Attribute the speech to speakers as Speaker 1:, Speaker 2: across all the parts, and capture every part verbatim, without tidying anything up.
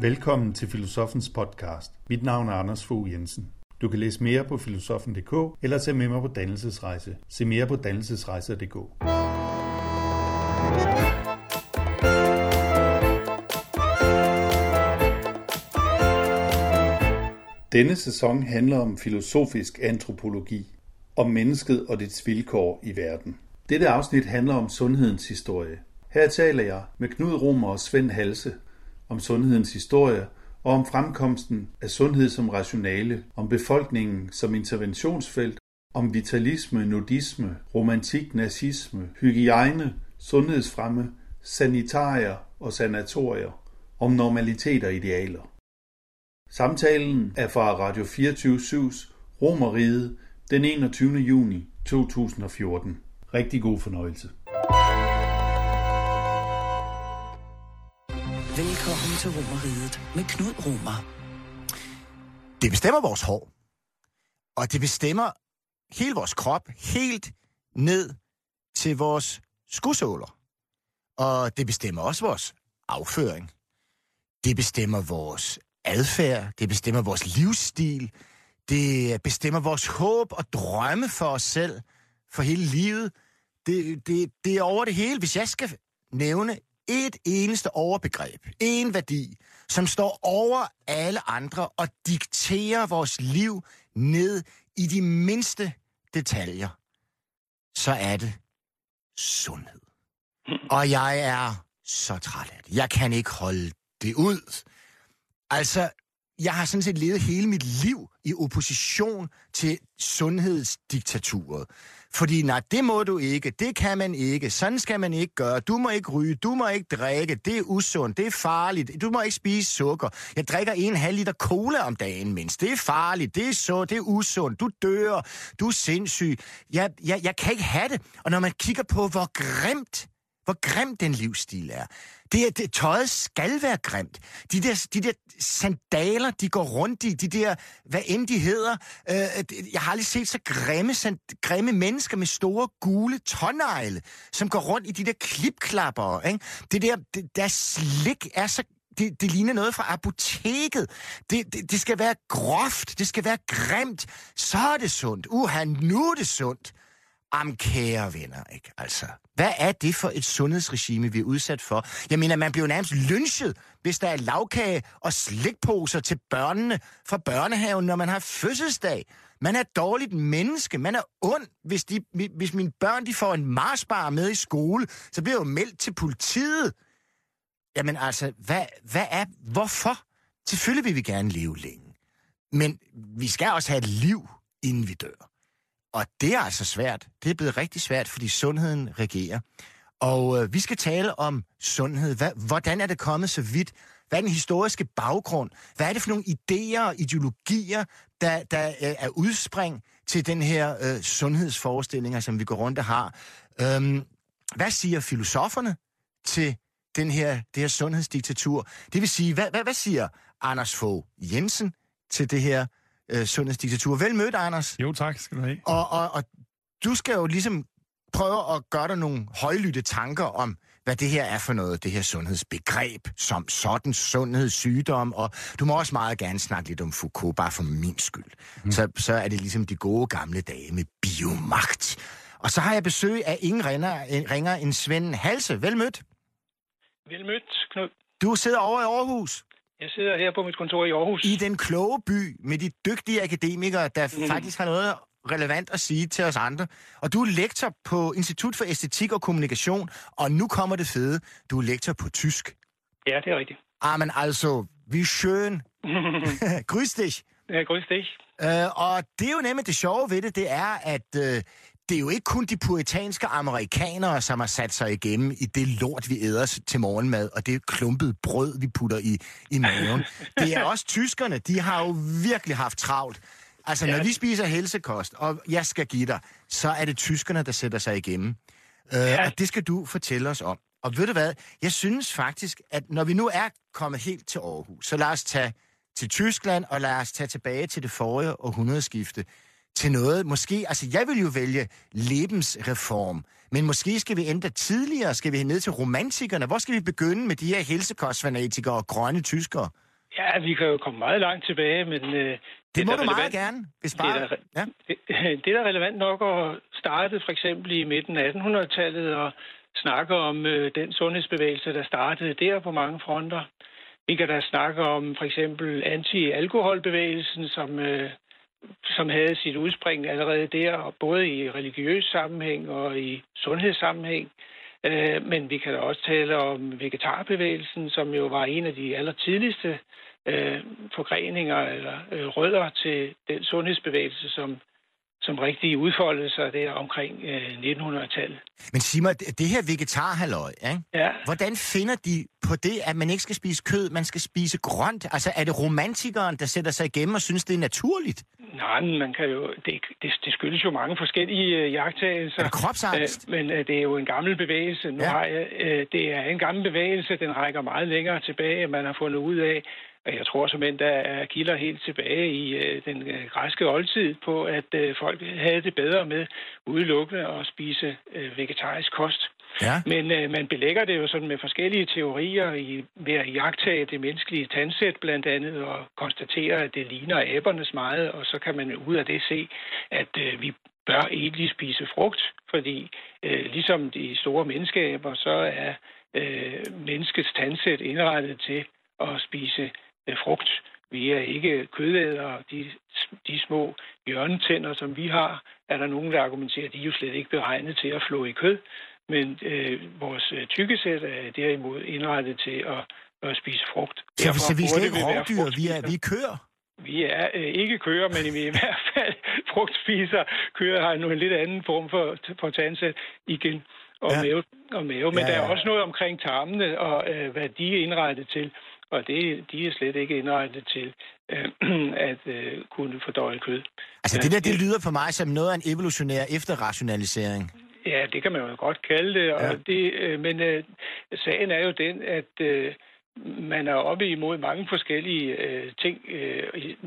Speaker 1: Velkommen til Filosofens podcast. Mit navn er Anders Fogh Jensen. Du kan læse mere på filosofen punktum d k eller tage med mig på dannelsesrejse. Se mere på dannelsesrejser punktum d k. Denne sæson handler om filosofisk antropologi, om mennesket og dets vilkår i verden. Dette afsnit handler om sundhedens historie. Her taler jeg med Knud Romer og Svend Halse om sundhedens historie og om fremkomsten af sundhed som rationale, om befolkningen som interventionsfelt, om vitalisme, nudisme, romantik, nazisme, hygiejne, sundhedsfremme, sanitarier og sanatorier, om normalitet og idealer. Samtalen er fra Radio fireogtyve syv's Romerriget den enogtyvende juni to tusind og fjorten. Rigtig god fornøjelse.
Speaker 2: Velkommen til Romerriget med Knud Romer.
Speaker 3: Det bestemmer vores hår, og det bestemmer hele vores krop, helt ned til vores skosåler. Og det bestemmer også vores afføring. Det bestemmer vores adfærd, det bestemmer vores livsstil, det bestemmer vores håb og drømme for os selv, for hele livet. Det, det, det er over det hele. Hvis jeg skal nævne et eneste overbegreb, en værdi, som står over alle andre og dikterer vores liv ned i de mindste detaljer, så er det sundhed. Og jeg er så træt af det. Jeg kan ikke holde det ud. Altså, jeg har sådan set levet hele mit liv i opposition til sundhedsdiktaturet. Fordi nej, det må du ikke, det kan man ikke, sådan skal man ikke gøre, du må ikke ryge, du må ikke drikke, det er usundt, det er farligt, du må ikke spise sukker. Jeg drikker en halv liter cola om dagen, mindst. Det er farligt, det er så, det er usundt, du dør, du er sindssyg. Jeg, jeg, jeg kan ikke have det. Og når man kigger på, hvor grimt Hvor grim den livsstil er. Det er det, tøjet skal være grimt. De der, de der sandaler, de går rundt i, de der, hvad end de hedder. Øh, jeg har aldrig set så grimme, sand, grimme mennesker med store, gule tånegle, som går rundt i de der klipklapper. Ikke? Det der, det, der slik er så... Det, det ligner noget fra apoteket. Det, det, det skal være groft, det skal være grimt. Så er det sundt. Uha, nu er det sundt. Am kære venner, ikke? Altså, hvad er det for et sundhedsregime, vi er udsat for? Jeg mener, man bliver nærmest lynchet, hvis der er lavkage og slikposer til børnene fra børnehaven, når man har fødselsdag. Man er et dårligt menneske. Man er ond. Hvis, de, hvis mine børn de får en Mars-bar med i skole, så bliver jeg jo meldt til politiet. Jamen altså, hvad, hvad er... Hvorfor? Selvfølgelig vil vi gerne leve længe. Men vi skal også have et liv, inden vi dør. Og det er altså svært. Det er blevet rigtig svært, fordi sundheden regerer. Og øh, vi skal tale om sundhed. Hvad, hvordan er det kommet så vidt? Hvad er den historiske baggrund? Hvad er det for nogle idéer og ideologier, der, der øh, er udspring til den her øh, sundhedsforestillinger, som vi går rundt og har? Øhm, hvad siger filosoferne til den her, det her sundhedsdiktatur? Det vil sige, hvad, hvad, hvad siger Anders Fogh Jensen til det her Øh, sundhedsdiktatur? Vel mødt, Anders.
Speaker 4: Jo, tak skal du have.
Speaker 3: Og, og, og du skal jo ligesom prøve at gøre dig nogle højlytte tanker om, hvad det her er for noget, det her sundhedsbegreb, som sådan sundhedssygdom, og du må også meget gerne snakke lidt om Foucault, bare for min skyld. Mm. Så, så er det ligesom de gode gamle dage med biomagt. Og så har jeg besøg af ingen ringer, ringer end Svend Halse. Vel mødt.
Speaker 5: Vel mødt, Knud.
Speaker 3: Du sidder over i Aarhus.
Speaker 5: Jeg sidder her på mit kontor i Aarhus.
Speaker 3: I den kloge by med de dygtige akademikere, der mm. faktisk har noget relevant at sige til os andre. Og du er lektor på Institut for Æstetik og Kommunikation, og nu kommer det fede. Du er lektor på tysk.
Speaker 5: Ja, det er rigtigt.
Speaker 3: Ah, men altså, wie schön. Grüß dich.
Speaker 5: Ja, grüß dich.
Speaker 3: Uh, og det er jo nemlig det sjove ved det, det er, at uh, det er jo ikke kun de puritanske amerikanere, som har sat sig igennem i det lort, vi æder til morgenmad, og det klumpede brød, vi putter i, i maven. Det er også tyskerne, de har jo virkelig haft travlt. Altså, når ja. vi spiser helsekost, og jeg skal give dig, så er det tyskerne, der sætter sig igennem. Uh, ja. Og det skal du fortælle os om. Og ved du hvad, jeg synes faktisk, at når vi nu er kommet helt til Aarhus, så lad os tage til Tyskland, og lad os tage tilbage til det forrige århundredeskifte. Til noget, måske, altså jeg vil jo vælge Lebensreform, men måske skal vi ændre tidligere, skal vi ned til romantikerne. Hvor skal vi begynde med de her helsekostfanatikere og grønne tyskere?
Speaker 5: Ja, vi kan jo komme meget langt tilbage, men... Øh,
Speaker 3: det, det må
Speaker 5: du
Speaker 3: relevant, meget gerne, hvis bare...
Speaker 5: Det er, der,
Speaker 3: ja.
Speaker 5: det, det, der er relevant nok at starte for eksempel i midten af attenhundredetallet og snakke om øh, den sundhedsbevægelse, der startede der på mange fronter. Vi kan da snakke om for eksempel anti-alkoholbevægelsen, som, øh, som havde sit udspring allerede der, både i religiøs sammenhæng og i sundhedssammenhæng. Øh, men vi kan da også tale om vegetarbevægelsen, som jo var en af de allertidligste øh, forgreninger eller øh, rødder til den sundhedsbevægelse, som som rigtig udfoldede sig der omkring øh, nittenhundredetallet.
Speaker 3: Men sig mig, det her vegetarhalløj, ikke?
Speaker 5: Ja.
Speaker 3: Hvordan finder de på det, at man ikke skal spise kød, man skal spise grønt? Altså, er det romantikeren, der sætter sig igennem og synes, det er naturligt?
Speaker 5: Nej, men man kan jo... Det, det, det skyldes jo mange forskellige øh, jagttagelser.
Speaker 3: Er det kropsangst?
Speaker 5: Øh, men øh, det er jo en gammel bevægelse. Nu
Speaker 3: ja.
Speaker 5: har jeg, øh, det er en gammel bevægelse, den rækker meget længere tilbage, man har fundet ud af. Og jeg tror simpelthen, der er kilder helt tilbage i øh, den øh, græske oldtid på, at øh, folk havde det bedre med udelukkende at spise øh, vegetarisk kost.
Speaker 3: Ja.
Speaker 5: Men øh, man belægger det jo sådan med forskellige teorier i, ved at jagtage det menneskelige tandsæt blandt andet og konstatere, at det ligner abernes meget, og så kan man ud af det se, at øh, vi bør egentlig spise frugt, fordi øh, ligesom de store menneskeaber, så er øh, menneskets tandsæt indrettet til at spise frugt. Vi er ikke kødædere. De, de små hjørnetænder, som vi har, er der nogen, der argumenterer, de er jo slet ikke beregnet til at flå i kød. Men øh, vores tykkesæt er derimod indrettet til at, at spise frugt.
Speaker 3: Så, Derfor, så vi er slet ikke rovdyr, vi er, vi er køer?
Speaker 5: Vi er øh, ikke køer, men vi er i hvert fald frugtspiser. Køer har nu en lidt anden form for, for tandsæt igen. Og ja. mave. Og mave. Men ja, ja. der er også noget omkring tarmene og øh, hvad de er indrettet til. Og det, de er slet ikke indrettet til øh, at øh, kunne fordøje kød.
Speaker 3: Altså det der, det lyder for mig som noget af en evolutionær efterrationalisering.
Speaker 5: Ja, det kan man jo godt kalde det. Og ja. det øh, men øh, sagen er jo den, at øh, man er oppe imod mange forskellige øh, ting øh,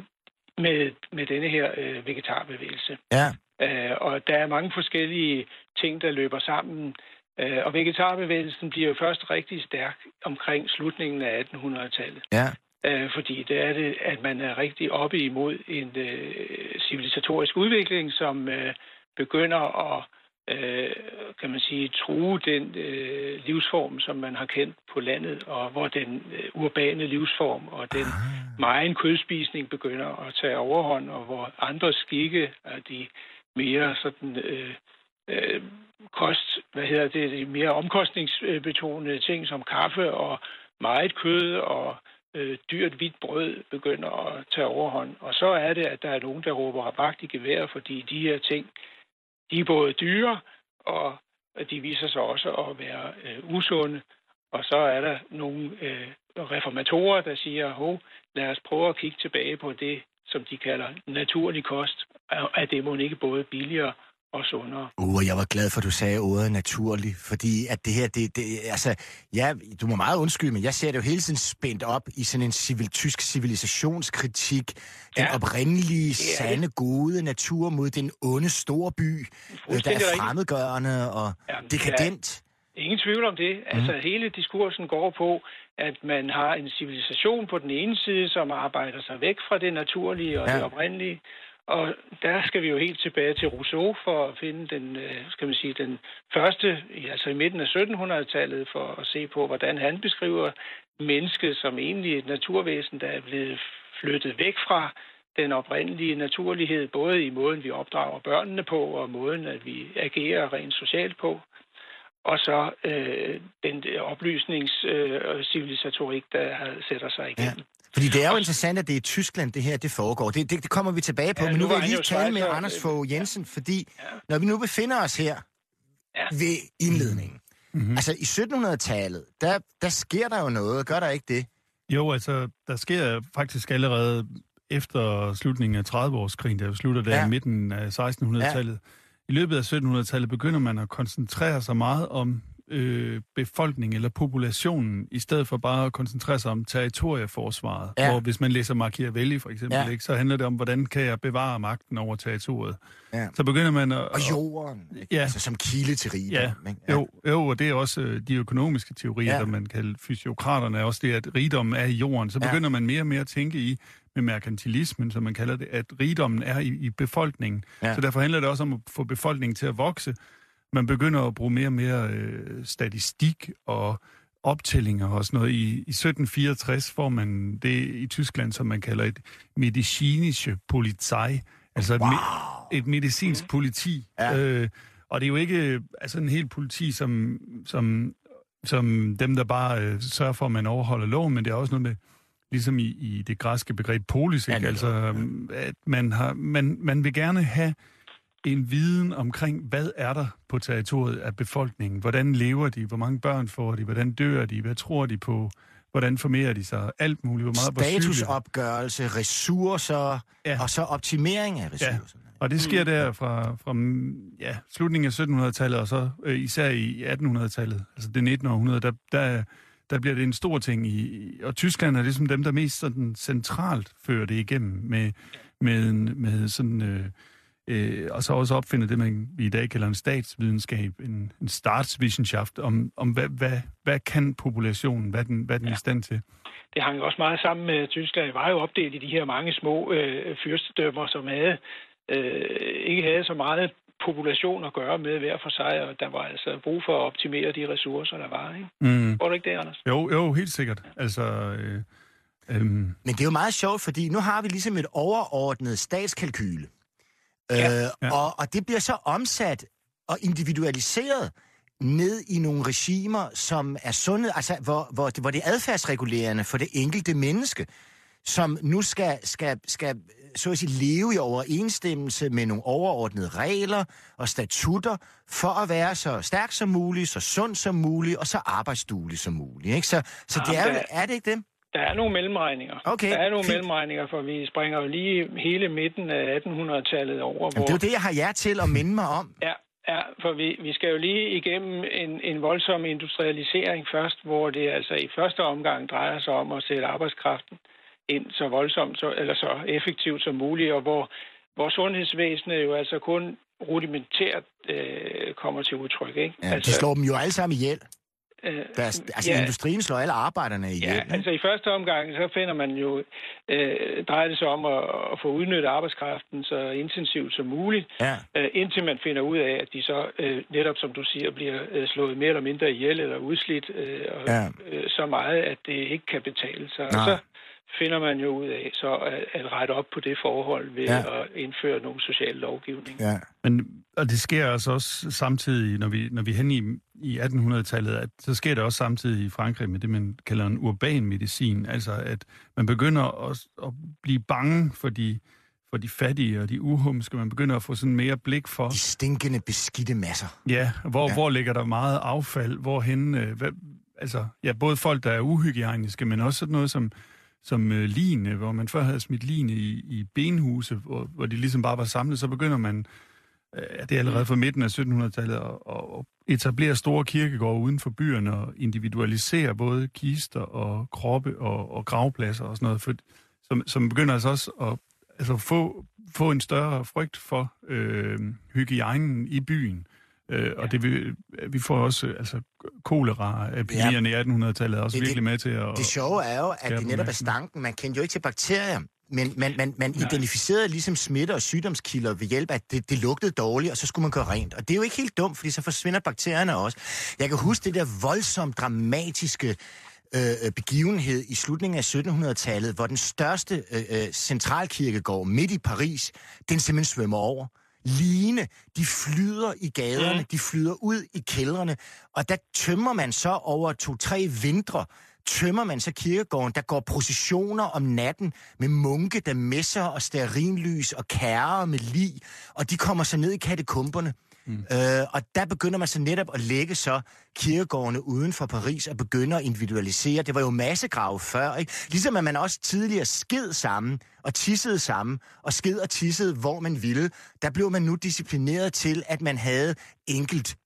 Speaker 5: med, med denne her øh, vegetarbevægelse.
Speaker 3: Ja.
Speaker 5: Øh, og der er mange forskellige ting, der løber sammen. Og vegetarbevægelsen bliver jo først rigtig stærk omkring slutningen af attenhundredetallet.
Speaker 3: Ja.
Speaker 5: Fordi det er det, at man er rigtig oppe imod en øh, civilisatorisk udvikling, som øh, begynder at, øh, kan man sige, true den øh, livsform, som man har kendt på landet, og hvor den øh, urbane livsform og den megen kødspisning begynder at tage overhånd, og hvor andre skikke er de mere sådan... Øh, Øh, kost, hvad hedder det, de mere omkostningsbetonede ting som kaffe og meget kød og øh, dyrt hvidt brød begynder at tage overhånd. Og så er det, at der er nogen, der råber vagt i gevær, fordi de her ting, de er både dyre, og de viser sig også at være øh, usunde. Og så er der nogle øh, reformatorer, der siger, hov, lad os prøve at kigge tilbage på det, som de kalder naturlig kost, at det må ikke både billigere og sundere.
Speaker 3: Uh, jeg var glad for, at du sagde ordet naturlig, fordi at det her, det, det altså, ja, du må meget undskylde, men jeg ser det jo hele tiden spændt op i sådan en civil, tysk civilisationskritik, den ja. oprindelige, sande, gode natur mod den onde store by, der er fremmedgørende og ja, dekadent.
Speaker 5: Ja. Ingen tvivl om det. Altså, mm. hele diskursen går på, at man har en civilisation på den ene side, som arbejder sig væk fra det naturlige og ja. det oprindelige. Og der skal vi jo helt tilbage til Rousseau for at finde den, skal man sige, den første, altså i midten af syttenhundredetallet, for at se på, hvordan han beskriver mennesket som egentlig et naturvæsen, der er blevet flyttet væk fra den oprindelige naturlighed, både i måden, vi opdrager børnene på, og måden, at vi agerer rent socialt på. Og så øh, den oplysningscivilisatorik, øh, der sætter sig igennem. Ja.
Speaker 3: Fordi det er jo interessant, at det er i Tyskland, det her det foregår. Det, det, det kommer vi tilbage på, ja, men nu, nu vil jeg lige tale med Anders Fogh Jensen, ja. fordi ja. når vi nu befinder os her ja. ved indledningen, mm-hmm. altså i syttenhundredetallet, der, der sker der jo noget, gør der ikke det?
Speaker 1: Jo, altså, der sker faktisk allerede efter slutningen af tredive-årskrigen, der slutter der ja. i midten af sekstenhundredetallet. Ja. I løbet af syttenhundredetallet begynder man at koncentrere sig meget om
Speaker 4: øh, befolkningen eller populationen, i stedet for bare at koncentrere sig om territorieforsvaret. Ja. Hvor hvis man læser Machiavelli for eksempel, ja. ikke, så handler det om, hvordan kan jeg bevare magten over territoriet.
Speaker 3: Ja.
Speaker 4: Så begynder man at...
Speaker 3: Og jorden,
Speaker 4: ja.
Speaker 3: altså som kilde til rigdom.
Speaker 4: Ja.
Speaker 3: Ja.
Speaker 4: Jo, jo, og det er også øh, de økonomiske teorier, ja. der man kalder fysiokraterne, er også det, at rigdommen er i jorden. Så begynder ja. man mere og mere at tænke i, med merkantilismen, som man kalder det, at rigdommen er i, i befolkningen. Ja. Så derfor handler det også om at få befolkningen til at vokse. Man begynder at bruge mere og mere øh, statistik og optællinger og sådan noget. I, i sytten fireogtres får man det i Tyskland, som man kalder et medizinische Polizei, altså et, wow. me, et medicinsk politi. Ja. Øh, og det er jo ikke altså en helt politi, som, som, som dem, der bare øh, sørger for, at man overholder loven, men det er også noget med, ligesom i, i det græske begreb polis, ikke? Ja, altså, at man, har, man, man vil gerne have en viden omkring, hvad er der på territoriet af befolkningen? Hvordan lever de? Hvor mange børn får de? Hvordan dør de? Hvad tror de på? Hvordan formerer de sig? Alt muligt. Hvor meget
Speaker 3: statusopgørelse, ressourcer, ja. og så optimering af ressourcerne.
Speaker 4: Ja. Og det sker der fra, fra ja, slutningen af syttenhundredetallet, og så øh, især i attenhundredetallet, altså det nittende århundrede, der, der, der bliver det en stor ting. I, og Tyskland er ligesom dem, der mest sådan centralt fører det igennem med, med, med sådan... Øh, Øh, og så også opfinder det, man i dag kalder en statsvidenskab, en, en Staatswissenschaft, om, om hvad, hvad, hvad kan populationen, hvad den, hvad den ja. er i stand til.
Speaker 5: Det hang også meget sammen med Tyskland. Det var jo opdelt i de her mange små øh, fyrstedømmer, som havde, øh, ikke havde så meget population at gøre med hver for sig, og der var altså brug for at optimere de ressourcer, der var. Ikke? Mm. Var det ikke det, Anders?
Speaker 4: Jo, jo, helt sikkert. Altså... Øh, øh...
Speaker 3: Men det er jo meget sjovt, fordi nu har vi ligesom et overordnet statskalkyle. Ja, ja. Øh, og, og det bliver så omsat og individualiseret ned i nogle regimer, som er sunde, altså hvor, hvor, det, hvor det er adfærdsregulerende for det enkelte menneske, som nu skal, skal, skal så at sige, leve i overensstemmelse med nogle overordnede regler og statutter, for at være så stærk som muligt, så sund som muligt og så arbejdsduelig som muligt. Ikke? Så, så det er, jo, er det ikke det?
Speaker 5: Der er nogle mellemregninger.
Speaker 3: Okay.
Speaker 5: Der er nogle mellemregninger, for vi springer jo lige hele midten af attenhundredetallet over.
Speaker 3: Jamen, hvor... Det er jo det, jeg har jer til at minde mig om.
Speaker 5: Ja, ja, for vi, vi skal jo lige igennem en, en voldsom industrialisering først, hvor det altså i første omgang drejer sig om at sætte arbejdskraften ind så voldsomt, så, eller så effektivt som muligt, og hvor, hvor sundhedsvæsenet jo altså kun rudimentært øh, kommer til udtryk. Ikke?
Speaker 3: Ja,
Speaker 5: altså,
Speaker 3: de slår dem jo alle sammen ihjel. Der, altså ja, industrien slår alle arbejderne ihjel.
Speaker 5: Ja, altså i første omgang, så finder man jo, øh, drejer det sig om at, at få udnyttet arbejdskraften så intensivt som muligt, ja. øh, indtil man finder ud af, at de så øh, netop, som du siger, bliver øh, slået mere eller mindre ihjel eller udslidt øh, og, ja. øh, så meget, at det ikke kan betale sig. Nej. Og så finder man jo ud af så at, at rette op på det forhold ved ja. at indføre nogle sociale lovgivning.
Speaker 4: Ja. Men, og det sker altså også samtidig, når vi, når vi er henne i, i attenhundredetallet, at så sker det også samtidig i Frankrig med det, man kalder en urban medicin. Altså at man begynder at, at blive bange for de, for de fattige og de uhumske. Man begynder at få sådan mere blik for...
Speaker 3: De stinkende, beskidte masser.
Speaker 4: Ja, hvor, ja. hvor ligger der meget affald? Hvorhen, øh, hvad, altså, ja, både folk, der er uhygiejniske, men også sådan noget som... som øh, line, hvor man før havde smidt line i, i benhuse, hvor, hvor de ligesom bare var samlet, så begynder man, øh, det er allerede fra midten af syttenhundredetallet, at, at etablere store kirkegårde uden for byerne og individualisere både kister og kroppe og, og gravpladser og sådan noget, for, som, som begynder altså også at altså, få, få en større frygt for øh, hygiejnen i byen. Øh, og det vi, vi får også altså kolera-epidemierne ja. i attenhundredetallet også det, virkelig med til at...
Speaker 3: Det sjove er jo, at det netop er stanken. Man kendte jo ikke til bakterier, men man, man, man identificerede ligesom smitte- og sygdomskilder ved hjælp af, at det, det lugtede dårligt, og så skulle man gøre rent. Og det er jo ikke helt dumt, fordi så forsvinder bakterierne også. Jeg kan huske det der voldsomt dramatiske øh, begivenhed i slutningen af syttenhundredetallet, hvor den største øh, centralkirkegård midt i Paris, den simpelthen svømmer over. Ligene, de flyder i gaderne, mm. de flyder ud i kældrene, og der tømmer man så over to-tre vintre, tømmer man så kirkegården, der går processioner om natten med munke, der messer og stearinlys og kærer med lig, og de kommer så ned i katakomberne. Mm. Øh, og der begynder man så netop at lægge så kirkegårdene uden for Paris og begynder at individualisere. Det var jo massegrave før, ikke? Ligesom at man også tidligere sked sammen og tissede sammen og sked og tissede, hvor man ville. Der blev man nu disciplineret til, at man havde enkelt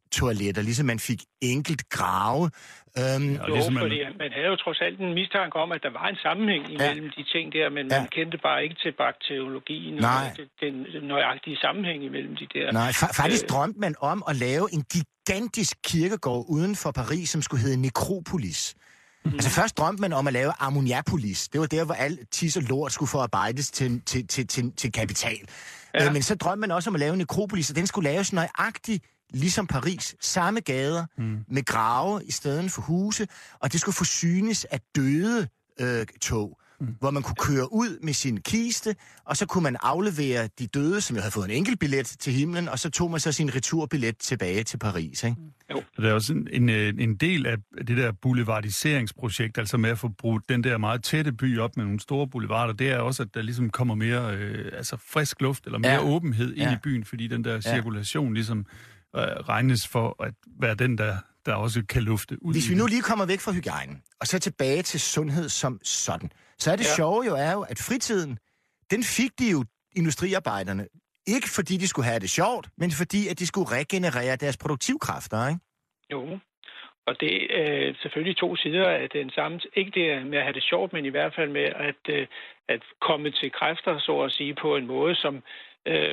Speaker 3: toiletter, ligesom man fik enkelt grave. Øhm,
Speaker 5: jo, ligesom man... fordi man havde jo trods alt en mistanke om, at der var en sammenhæng imellem ja. de ting der, men ja. man kendte bare ikke til bakteriologien
Speaker 3: Nej.
Speaker 5: og den nøjagtige sammenhæng imellem de der.
Speaker 3: Nej, fa- faktisk øh... drømte man om at lave en gigantisk kirkegård uden for Paris, som skulle hedde Nekropolis. Mm. Altså først drømte man om at lave Ammoniapolis. Det var der, hvor al tis og lort skulle forarbejdes til, til, til, til, til kapital. Ja. Øh, men så drømte man også om at lave Nekropolis, og den skulle laves nøjagtigt ligesom Paris. Samme gader mm. med grave i stedet for huse, og det skulle forsynes af døde øh, tog, mm. hvor man kunne køre ud med sin kiste, og så kunne man aflevere de døde, som jo havde fået en enkelt billet til himlen, og så tog man så sin returbillet tilbage til Paris, ikke?
Speaker 5: Jo.
Speaker 4: Der er også en, en, en del af det der boulevardiseringsprojekt, altså med at få brugt den der meget tætte by op med nogle store boulevarder, det er også, at der ligesom kommer mere øh, altså frisk luft, eller mere ja. åbenhed ind ja. i byen, fordi den der cirkulation ligesom øh, regnes for at være den, der, der også kan lufte ud.
Speaker 3: Hvis vi nu lige kommer væk fra hygiejnen, og så tilbage til sundhed som sådan, så er det ja. sjove jo er jo, at fritiden, den fik de jo industriarbejderne, ikke fordi de skulle have det sjovt, men fordi at de skulle regenerere deres produktivkræfter, ikke?
Speaker 5: Jo, og det er øh, selvfølgelig to sider af den samme, ikke det med at have det sjovt, men i hvert fald med at, øh, at komme til kræfter, så at sige, på en måde, som, øh,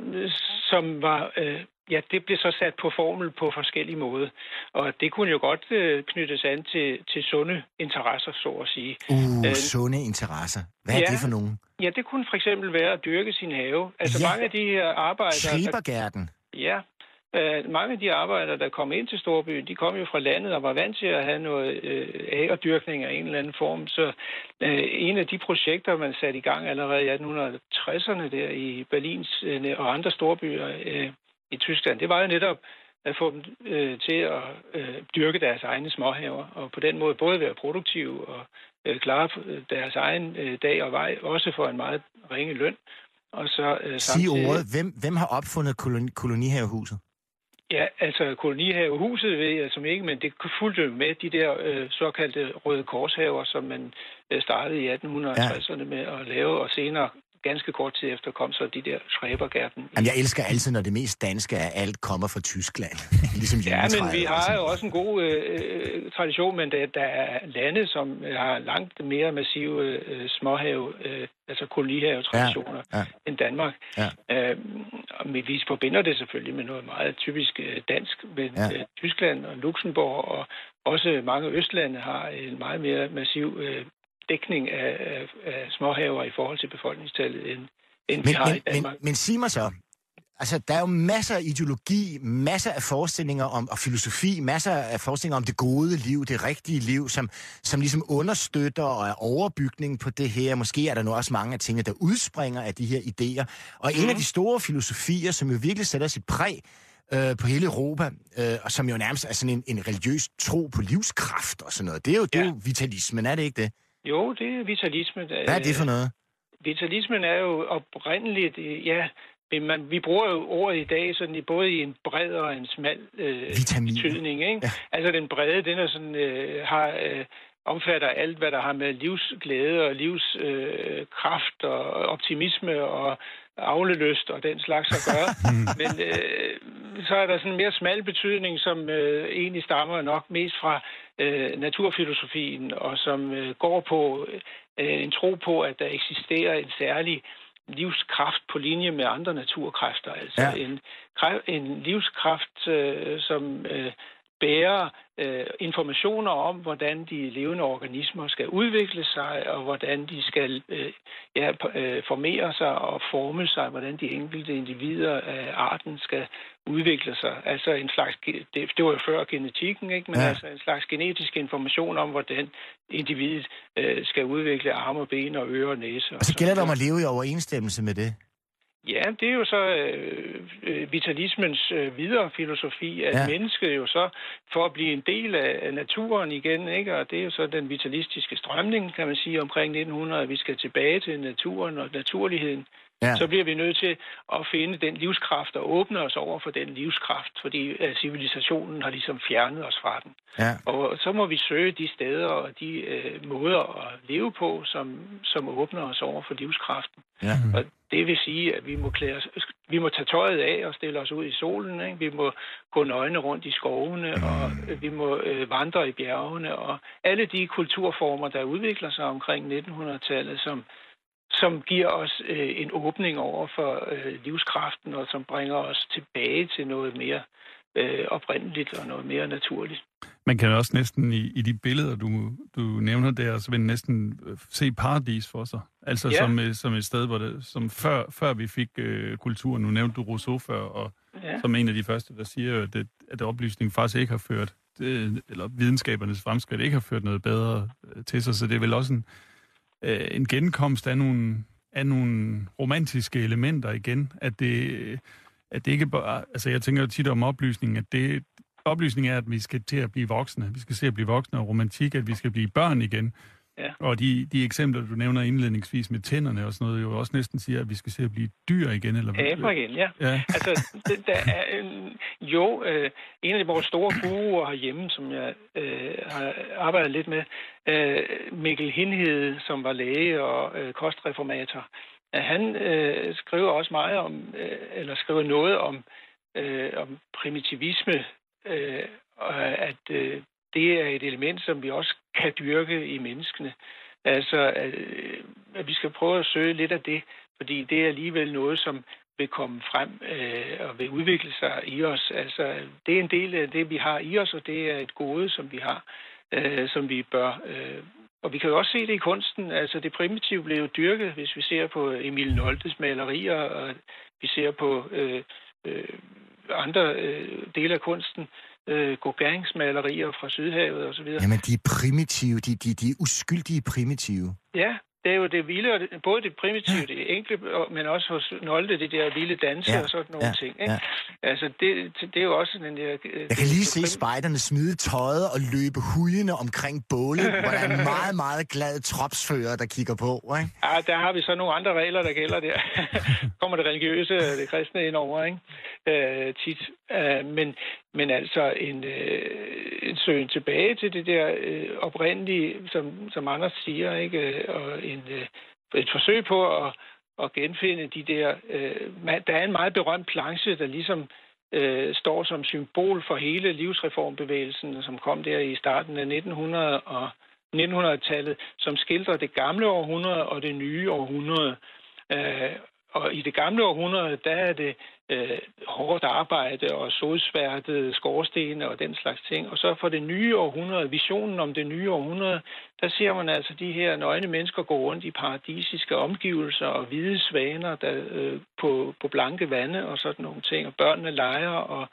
Speaker 5: som var... Øh, Ja, det blev så sat på formel på forskellige måder. Og det kunne jo godt øh, knyttes an til, til sunde interesser, så at sige.
Speaker 3: Uh, øh, sunde interesser. Hvad er
Speaker 5: ja,
Speaker 3: det for nogen?
Speaker 5: Ja, det kunne for eksempel være at dyrke sin have. Altså
Speaker 3: ja.
Speaker 5: mange af de her arbejdere...
Speaker 3: Schrebergärten.
Speaker 5: Ja, øh, mange af de arbejdere, der kom ind til storbyen, de kom jo fra landet og var vant til at have noget øh, agerdyrkning af en eller anden form. Så øh, en af de projekter, man satte i gang allerede i atten tresserne der i Berlins øh, og andre storbyer... Øh, i Tyskland, det var jo netop at få dem øh, til at øh, dyrke deres egne småhaver, og på den måde både være produktive og øh, klare deres egen øh, dag og vej, også for en meget ringe løn. Og så øh,
Speaker 3: Sig ordet. Hvem, hvem har opfundet koloni- kolonihavehuset?
Speaker 5: Ja, altså kolonihavehuset ved jeg som ikke, men det fulgte med de der øh, såkaldte Røde Korshaver, som man øh, startede i atten tresserne ja. med at lave, og senere ganske kort tid efter kom så de der Schrebergärten.
Speaker 3: Jamen, jeg elsker altid, når det mest danske af alt kommer fra Tyskland. Ligesom
Speaker 5: ja, men vi har jo også en god øh, tradition, men der, der er lande, som har langt mere massive øh, småhave, øh, altså kolonihave-traditioner ja, ja. end Danmark. Ja. Øh, og vi forbinder det selvfølgelig med noget meget typisk øh, dansk, men ja. øh, Tyskland og Luxembourg og også mange østlande har en meget mere massiv øh, dækning af, af, af småhaver i forhold til befolkningstallet, end, end
Speaker 3: men,
Speaker 5: vi har
Speaker 3: men,
Speaker 5: i Danmark.
Speaker 3: Men, men sig mig så, altså der er jo masser af ideologi, masser af forestillinger om, og filosofi, masser af forestillinger om det gode liv, det rigtige liv, som, som ligesom understøtter og er overbygning på det her. Måske er der nu også mange af tingene, der udspringer af de her idéer. Og mm. en af de store filosofier, som jo virkelig sætter sit præg øh, på hele Europa, øh, og som jo nærmest er sådan en, en religiøs tro på livskraft og sådan noget, det er jo, ja. det er jo vitalismen, er det ikke det?
Speaker 5: Jo, det er vitalisme.
Speaker 3: Hvad er det for noget?
Speaker 5: Vitalismen er jo oprindeligt, ja, man, vi bruger jo ordet i dag sådan både i en bred og en smal øh, betydning, ikke? Ja. Altså den brede, den er sådan, øh, har, øh, omfatter alt, hvad der har med livsglæde og livskraft øh, og optimisme og avlelyst og den slags at gøre. Men øh, så er der sådan en mere smal betydning, som øh, egentlig stammer nok mest fra øh, naturfilosofien, og som øh, går på øh, en tro på, at der eksisterer en særlig livskraft på linje med andre naturkræfter. Altså ja. en, en livskraft, øh, som øh, bærer øh, informationer om, hvordan de levende organismer skal udvikle sig, og hvordan de skal øh, ja, øh, formere sig og forme sig, hvordan de enkelte individer af arten skal udvikle sig. Altså en slags, det, det var jo før genetikken, ikke? Men ja. altså en slags genetisk information om, hvordan individet øh, skal udvikle arme og ben og ører og næse.
Speaker 3: Og så gælder det om at leve i overensstemmelse med det?
Speaker 5: Ja, det er jo så øh, vitalismens øh, videre filosofi, at ja. mennesket jo så, for at blive en del af naturen igen, ikke? Og det er jo så den vitalistiske strømning, kan man sige, omkring nitten hundrede, at vi skal tilbage til naturen og naturligheden. Ja. Så bliver vi nødt til at finde den livskraft og åbne os over for den livskraft, fordi uh, civilisationen har ligesom fjernet os fra den. Ja. Og så må vi søge de steder og de uh, måder at leve på, som, som åbner os over for livskraften. Ja. Og det vil sige, at vi må klæde os, vi må tage tøjet af og stille os ud i solen. Ikke? Vi må gå nøgne rundt i skovene, og vi må øh, vandre i bjergene. Og alle de kulturformer, der udvikler sig omkring nitten hundrede-tallet, som, som giver os øh, en åbning over for øh, livskraften, og som bringer os tilbage til noget mere øh, oprindeligt og noget mere naturligt.
Speaker 4: Man kan også næsten i, i de billeder, du, du nævner der, så vil næsten se paradis for sig. Altså ja. som, som et sted, hvor det, som før, før vi fik øh, kulturen. Nu nævnte du Rousseau før, og ja. som en af de første, der siger, at, det, at oplysningen faktisk ikke har ført, det, eller videnskabernes fremskridt ikke har ført noget bedre øh, til sig. Så det er vel også en, øh, en genkomst af nogle, af nogle romantiske elementer igen. At det, at det ikke bare... Altså jeg tænker tit om oplysningen, at det... Oplysning er, at vi skal til at blive voksne. Vi skal se at blive voksne, og romantik, at vi skal blive børn igen. Ja. Og de, de eksempler, du nævner indledningsvis med tænderne og sådan noget, jo også næsten siger, at vi skal se at blive dyr igen. Eller
Speaker 5: aber igen, ja. ja. Altså, det, der er, øh, jo, øh, en af vores store guruer herhjemme, som jeg øh, har arbejdet lidt med, øh, Mikkel Hindhede, som var læge og øh, kostreformator, øh, han øh, skriver også meget om, øh, eller skriver noget om, øh, om primitivisme, Øh, at øh, det er et element, som vi også kan dyrke i menneskene. Altså, at, øh, at vi skal prøve at søge lidt af det, fordi det er alligevel noget, som vil komme frem øh, og vil udvikle sig i os. Altså, det er en del af det, vi har i os, og det er et gode, som vi har, øh, som vi bør... Øh, og vi kan jo også se det i kunsten. Altså, det primitive blev jo dyrket, hvis vi ser på Emil Noltes malerier, og vi ser på... Øh, øh, andre øh, dele af kunsten, øh, Gauguins malerier fra Sydhavet og så videre.
Speaker 3: Jamen, de er primitive, de, de, de er uskyldige primitive.
Speaker 5: Ja, det er jo det vilde, og det, både det primitive, ja. det enkle, men også hos Nolte, det der vilde danse ja. og sådan nogle ja. ting. Ikke? Ja. Altså, det, det er jo også den der... Øh,
Speaker 3: Jeg kan lige se spejderne smide tøjet og løbe hujende omkring bålet, hvor der er en meget, meget glad tropsfører, der kigger på, ikke?
Speaker 5: Ja, der har vi så nogle andre regler, der gælder der. Kommer det religiøse, det kristne ind over, ikke? Øh, tit. Øh, men, men altså en, øh, en søgen tilbage til det der øh, oprindelige, som, som Anders siger, ikke? Og en, øh, et forsøg på at, at genfinde de der... Øh, man, der er en meget berømt planche, der ligesom øh, står som symbol for hele livsreformbevægelsen, som kom der i starten af nitten hundrede og nitten hundrede-tallet, som skildrer det gamle århundrede og det nye århundrede. Øh, Og i det gamle århundrede, der er det øh, hårdt arbejde og sodsværtede skorstene og den slags ting. Og så for det nye århundrede, visionen om det nye århundrede, der ser man altså de her nøgne mennesker gå rundt i paradisiske omgivelser og hvide svaner der, øh, på, på blanke vande og sådan nogle ting. Og børnene leger, og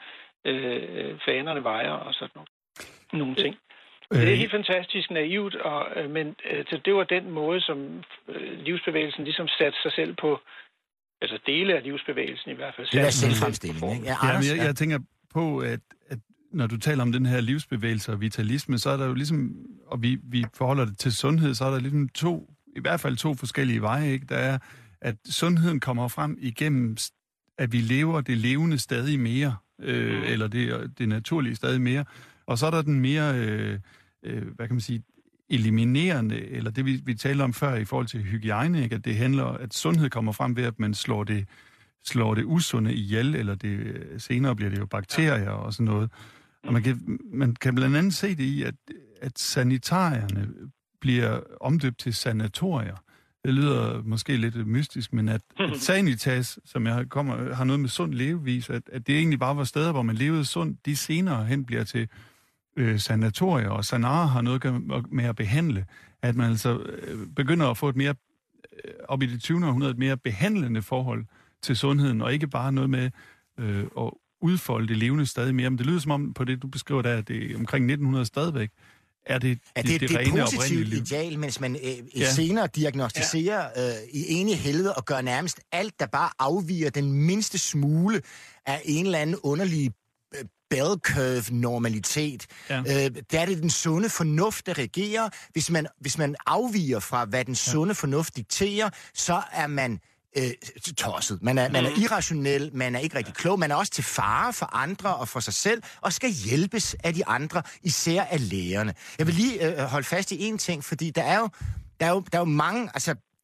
Speaker 5: øh, fanerne vejer og sådan nogle, nogle ting. Det er helt fantastisk naivt, og, øh, men øh, det var den måde, som øh, livsbevægelsen ligesom satte sig selv på. Altså dele af livsbevægelsen i hvert fald.
Speaker 3: Det er selvfremstilling, ikke? Ja,
Speaker 4: Anders, ja, jeg, jeg tænker på, at, at når du taler om den her livsbevægelse og vitalisme, så er der jo ligesom, og vi, vi forholder det til sundhed, så er der ligesom to, i hvert fald to forskellige veje, ikke? Der er, at sundheden kommer frem igennem, at vi lever det levende stadig mere, øh, mm. eller det, det naturlige stadig mere. Og så er der den mere, øh, øh, hvad kan man sige, eliminerende, eller det vi, vi talte om før i forhold til hygiejne, ikke? At det handler, at sundhed kommer frem ved, at man slår det, slår det usunde ihjel, eller det, senere bliver det jo bakterier og sådan noget. Og man kan, man kan blandt andet se det i, at, at sanitarierne bliver omdøbt til sanatorier. Det lyder måske lidt mystisk, men at, at Sanitas, som jeg kommer, har noget med sund levevis, at, at det egentlig bare var steder, hvor man levede sundt, de senere hen bliver til øh, sanatorier, og sanarer har noget med at behandle. At man altså øh, begynder at få et mere, øh, op i det tyvende århundrede, et mere behandlende forhold til sundheden, og ikke bare noget med øh, at udfolde det levende stadig mere. Men det lyder som om, på det du beskriver der, at det er omkring nitten hundrede stadigvæk, er det
Speaker 3: er det, det, det, det rene positive ideal, mens man øh, ja. senere diagnostiserer ja. øh, i enig helvede og gør nærmest alt, der bare afviger den mindste smule af en eller anden underlig øh, bell curve normalitet. Ja. Øh, der er det den sunde fornuft, der regerer. Hvis man, hvis man afviger fra, hvad den sunde ja. fornuft dikterer, så er man Øh, tosset. Man er, man er irrationel, man er ikke rigtig klog, man er også til fare for andre og for sig selv, og skal hjælpes af de andre, især af lægerne. Jeg vil lige øh, holde fast i en ting, fordi der er jo, der er jo, der er jo mange, altså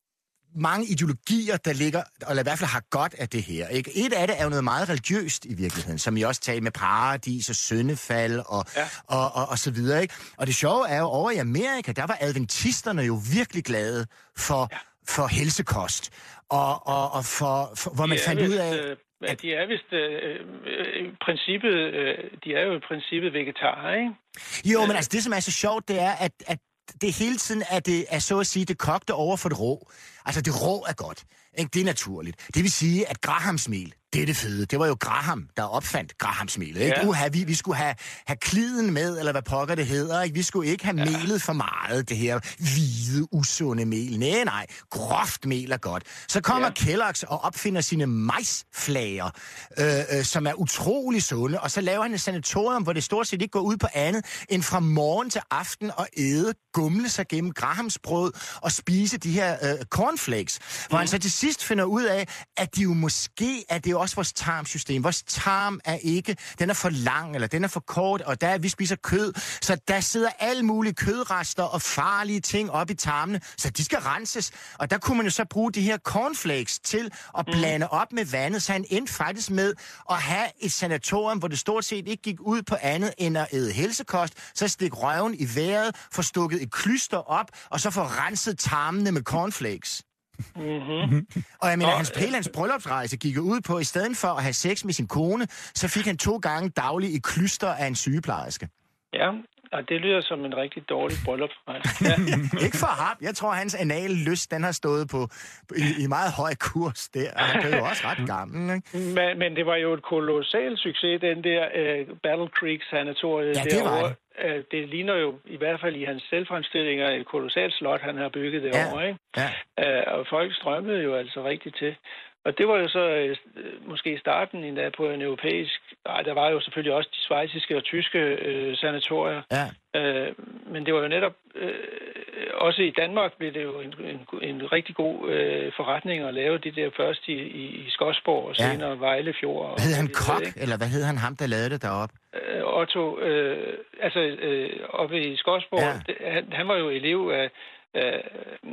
Speaker 3: mange ideologier, der ligger, eller i hvert fald har godt af det her. Ikke? Et af det er jo noget meget religiøst i virkeligheden, som I også taler med paradis og syndefald og,
Speaker 5: ja.
Speaker 3: og, og, og så videre. Ikke? Og det sjove er jo, over i Amerika, der var adventisterne jo virkelig glade for, ja. for helsekost, og, og, og for, for, hvor man
Speaker 5: ja,
Speaker 3: fandt
Speaker 5: vist,
Speaker 3: ud af...
Speaker 5: Øh, at... De er vist øh, øh, princippet, øh, de er jo i princippet vegetarer, ikke?
Speaker 3: Jo, men altså det, som er så sjovt, det er, at, at det hele tiden er, det, er så at sige, det kogte over for det rå. Altså, det rå er godt. Ikke? Det er naturligt. Det vil sige, at Grahamsmel, det er det fede. Det var jo Graham, der opfandt Grahamsmelet. Ikke? Ja. Uha, vi, vi skulle have, have kliden med, eller hvad pokker det hedder. Ikke? Vi skulle ikke have ja. melet for meget, det her hvide, usunde mel. Nej, nej. Groft mel er godt. Så kommer ja. Kellogg's og opfinder sine majsflager, øh, øh, som er utrolig sunde, og så laver han et sanatorium, hvor det stort set ikke går ud på andet, end fra morgen til aften at æde, gumle sig gennem Grahamsbrød og spise de her øh, cornflakes. Hvor mm. han så til sidst finder ud af, at de jo måske, at det er også vores tarmsystem. Vores tarm er ikke, den er for lang, eller den er for kort, og der er, vi spiser kød, så der sidder alle mulige kødrester og farlige ting op i tarmene, så de skal renses. Og der kunne man jo så bruge de her cornflakes til at blande mm. op med vandet, så han endte faktisk med at have et sanatorium, hvor det stort set ikke gik ud på andet end at æde helsekost, så stik røven i vejret, få stukket et klyster op, og så få renset tarmene med cornflakes. Mm-hmm. Og jeg mener, hans Pæl, hans bryllupsrejse gik ud på, i stedet for at have sex med sin kone, så fik han to gange dagligt et klyster af en sygeplejerske.
Speaker 5: Ja, og det lyder som en rigtig dårlig bryllupsrejse. Ja.
Speaker 3: Ikke for ham. Jeg tror, hans anale lyst, den har stået på i, i meget høj kurs der. Han er jo også ret gammel, ikke?
Speaker 5: Men, men det var jo et kolossal succes, den der uh, Battle Creek sanatoriet.
Speaker 3: Ja, det var det.
Speaker 5: Uh, det ligner jo i hvert fald i hans selvfremstillinger et kolossalt slot, han har bygget derovre,
Speaker 3: ja.
Speaker 5: ikke?
Speaker 3: Ja.
Speaker 5: Uh, og folk strømmede jo altså rigtigt til. Og det var jo så øh, måske starten endda på en europæisk... Nej, der var jo selvfølgelig også de schweiziske og tyske øh, sanatorier.
Speaker 3: Ja.
Speaker 5: Øh, men det var jo netop... Øh, også i Danmark blev det jo en, en, en rigtig god øh, forretning at lave det der først i, i, i Skodsborg og
Speaker 3: ja.
Speaker 5: senere Vejlefjord.
Speaker 3: Hvad hed han, Kok? Eller hvad hed han, ham, der lavede det deroppe?
Speaker 5: Øh, Otto, øh, altså øh, oppe i Skodsborg, ja. det, han, han var jo elev af... Øh,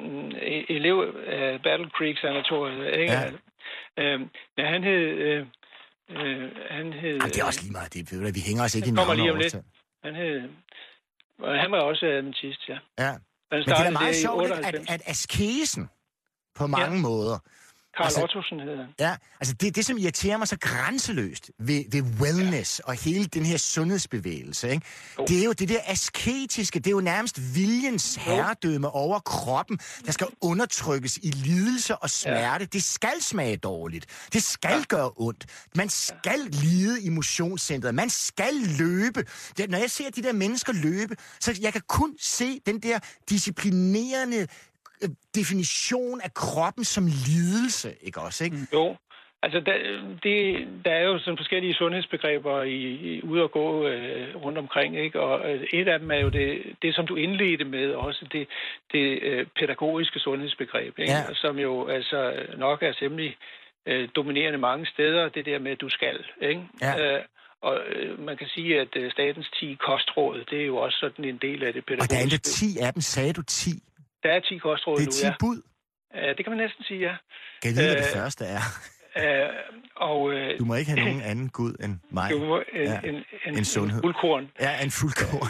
Speaker 5: elev af Battle Creek sanatoriet, ikke?
Speaker 3: Ja.
Speaker 5: Øh, ja, han hed... Øh, øh, han hed...
Speaker 3: Jamen, det er også lige meget det. Vi hænger os ikke i
Speaker 5: navnet
Speaker 3: over
Speaker 5: lidt. Han hed... Han var også adventist, ja.
Speaker 3: Ja. Men det er meget sjovt, at, at askesen på mange ja. måder...
Speaker 5: Karl
Speaker 3: altså,
Speaker 5: Ottosen hedder han.
Speaker 3: Ja, altså det, det, som irriterer mig så grænseløst ved, ved wellness ja. og hele den her sundhedsbevægelse, ikke? Det er jo det der asketiske, det er jo nærmest viljens herredømme over kroppen, der skal undertrykkes i lidelse og smerte. Ja. Det skal smage dårligt. Det skal ja. gøre ondt. Man skal lide i motionscentret. Man skal løbe. Det, når jeg ser de der mennesker løbe, så jeg kan kun se den der disciplinerende definition af kroppen som lidelse, ikke også, ikke?
Speaker 5: Jo. Altså, der, det, der er jo sådan forskellige sundhedsbegreber i, i ude og gå øh, rundt omkring, ikke? Og øh, et af dem er jo det, det som du indledte med, også det, det øh, pædagogiske sundhedsbegreb, ikke? Ja. Som jo altså nok er temmelig øh, dominerende mange steder, det der med, at du skal, ikke? Ja. Øh, og øh, man kan sige, at øh, statens ti kostråd, det er jo også sådan en del af det pædagogiske.
Speaker 3: Og der er endda ti af dem, sagde du ti?
Speaker 5: Der er ti kostråd nu, ja.
Speaker 3: Det er ti bud?
Speaker 5: Ja, det kan man næsten sige, ja.
Speaker 3: Kan jeg vide, hvad det øh, første er?
Speaker 5: Øh, og, øh,
Speaker 3: du må ikke have nogen anden gud end mig.
Speaker 5: Du må, en,
Speaker 3: ja.
Speaker 5: en, en,
Speaker 3: en sundhed.
Speaker 5: En fuldkorn.
Speaker 3: Ja, en fuldkorn.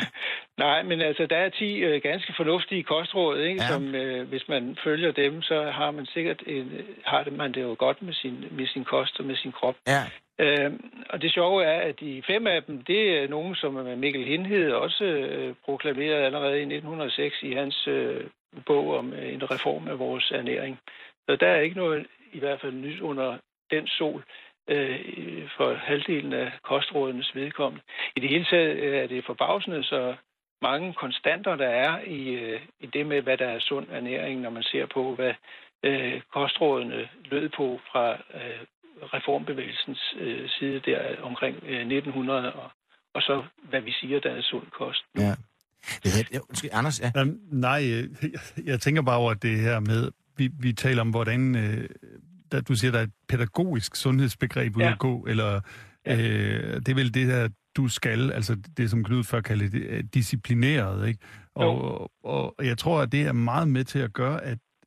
Speaker 5: Nej, men altså, der er ti øh, ganske fornuftige kostråd, ikke? Ja. Som øh, hvis man følger dem, så har man sikkert en, har det, man det jo godt med sin, med sin kost og med sin krop.
Speaker 3: Ja.
Speaker 5: Øh, og det sjove er, at de fem af dem, det er nogen, som Mikkel Hindhed også øh, proklamerede allerede i nitten hundrede og seks i hans øh, bog om øh, en reform af vores ernæring. Så der er ikke noget, i hvert fald nyt under den sol, øh, for halvdelen af kostrådenes vedkommende. I det hele taget er det forbavsende, så mange konstanter, der er i, øh, i det med, hvad der er sund ernæring, når man ser på, hvad øh, kostrådene lød på fra øh, reformbevægelsens øh, side der omkring øh, nitten hundrede, og, og så hvad vi siger, der er sund kost.
Speaker 3: Ja. Ja, Anders, ja.
Speaker 4: Um, nej, jeg, jeg tænker bare over det her med, vi, vi taler om, hvordan, øh, der, du siger, der er et pædagogisk sundhedsbegreb ude ja. at gå, eller ja. øh, det er vel det der, du skal, altså det, som Knud før kalder det, disciplineret, ikke? Og, og, og jeg tror, at det er meget med til at gøre, at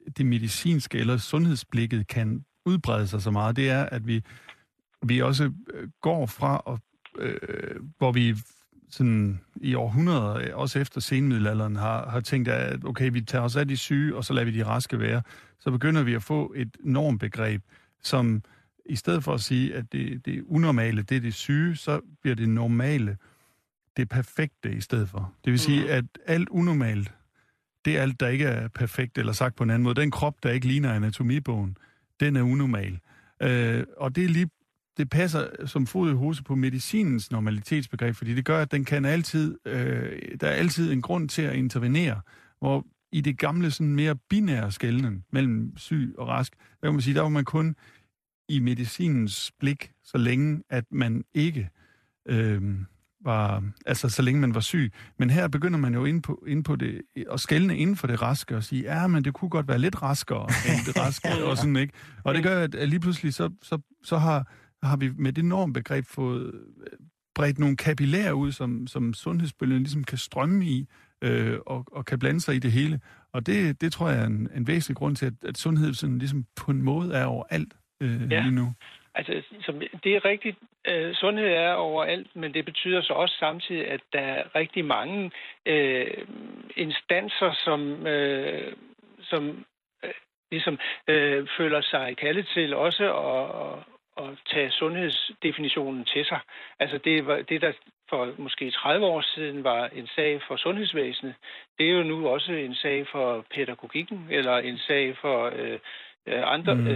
Speaker 4: det medicinske eller sundhedsblikket kan udbrede sig så meget, det er, at vi, vi også går fra, og, øh, hvor vi sådan i århundreder, også efter senmiddelalderen, har, har tænkt, at okay, vi tager os af de syge, og så lader vi de raske være. Så begynder vi at få et normbegreb, som i stedet for at sige, at det, det unormale, det er det syge, så bliver det normale det perfekte i stedet for. Det vil sige, at alt unormalt, det er alt, der ikke er perfekt, eller sagt på en anden måde. Den krop, der ikke ligner anatomibogen, den er unormal. Øh, og det er lige det passer som fod i hose på medicinens normalitetsbegreb, fordi det gør, at den kan altid, øh, der er altid en grund til at intervenere, hvor i det gamle sådan mere binære skelnen mellem syg og rask, der kan man sige, der var man kun i medicinens blik, så længe at man ikke øh, var, altså så længe man var syg. Men her begynder man jo ind på, ind på det, at skelne inden for det raske og sige, ja, men det kunne godt være lidt raskere end det raske, og sådan, ikke? Og det gør, at lige pludselig så, så, så har har vi med det normbegreb fået bredt nogle kapillærer ud, som, som sundhedsbølgen ligesom kan strømme i øh, og, og kan blande sig i det hele. Og det, det tror jeg er en, en væsentlig grund til, at, at sundhed sådan ligesom på en måde er overalt øh, ja. lige nu.
Speaker 5: Altså, det er rigtigt. Øh, sundhed er overalt, men det betyder så også samtidig, at der er rigtig mange øh, instanser, som, øh, som øh, ligesom øh, føler sig kaldet til også at at tage sundhedsdefinitionen til sig. Altså det, var, det, der for måske tredive år siden var en sag for sundhedsvæsenet, det er jo nu også en sag for pædagogikken, eller en sag for øh, andre, mm.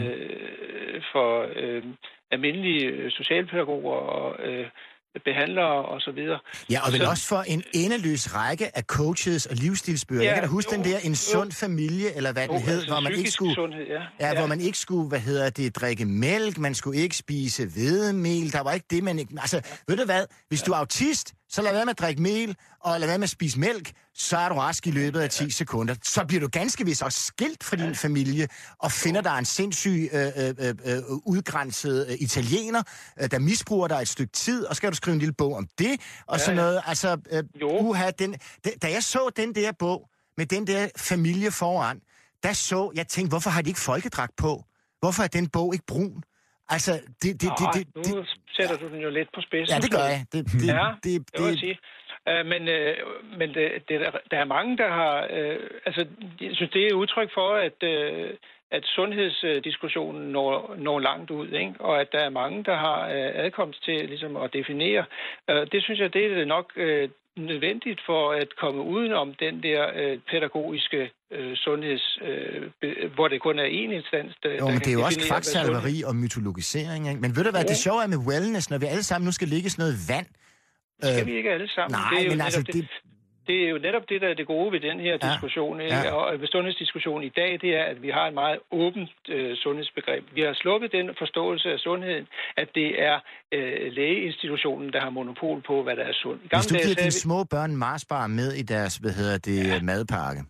Speaker 5: øh, for øh, almindelige socialpædagoger og øh, behandlere og så videre.
Speaker 3: Ja, og vel
Speaker 5: så,
Speaker 3: også for en endeløs række af coaches og livsstilsbøger. Ja, jeg kan da huske jo, den der En Sund jo. Familie, eller hvad jo, den hed, altså hvor man ikke skulle, sundhed, ja. Ja, ja. hvor man ikke skulle, hvad hedder det, drikke mælk, man skulle ikke spise hvedemel, der var ikke det, man ikke... Altså, ja. ved du hvad, hvis ja. du er autist, så lad være med at drikke mel, og lad være med at spise mælk, så er du rask i løbet af ti sekunder. Så bliver du ganske vist også skilt fra din familie, og finder dig en sindssyg, øh, øh, øh, udgrænset øh, italiener, øh, der misbruger dig et stykke tid, og skal du skrive en lille bog om det, og ja, sådan noget. Altså, øh, uha, den, de, da jeg så den der bog, med den der familie foran, der så, jeg tænkte, hvorfor har de ikke folkedragt på? Hvorfor er den bog ikke brun? Altså, det... det, det, det, det
Speaker 5: nu sætter du den jo lidt på spidsen.
Speaker 3: Ja, det gør jeg. Det, det,
Speaker 5: ja,
Speaker 3: det, det,
Speaker 5: det vil jeg sige. Uh, men uh, men det, det, der er mange, der har... Uh, altså, jeg synes, det er udtryk for, at, uh, at sundhedsdiskussionen når, når langt ud, ikke? Og at der er mange, der har uh, adkomst til ligesom, at definere. Uh, det synes jeg, det er nok uh, nødvendigt for at komme udenom den der uh, pædagogiske uh, sundheds... Uh, be, hvor det kun er én instans, der...
Speaker 3: Jo, men det er jo også kvaksalveri og mytologisering, ikke? Men ved du hvad, ja. det sjove er med wellness, når vi alle sammen nu skal ligge sådan noget vand.
Speaker 5: Skal vi ikke alle sammen?
Speaker 3: Nej,
Speaker 5: det er
Speaker 3: men altså...
Speaker 5: Det,
Speaker 3: det...
Speaker 5: det er jo netop det, der er det gode ved den her ja. diskussion, ikke? Ja. Og ved sundhedsdiskussionen i dag, det er, at vi har et meget åbent øh, sundhedsbegreb. Vi har slukket den forståelse af sundheden, at det er øh, lægeinstitutionen, der har monopol på, hvad der er sundt.
Speaker 3: Hvis du giver dine vi... små børn Marsbar med i deres, hvad hedder det, ja. madpakke,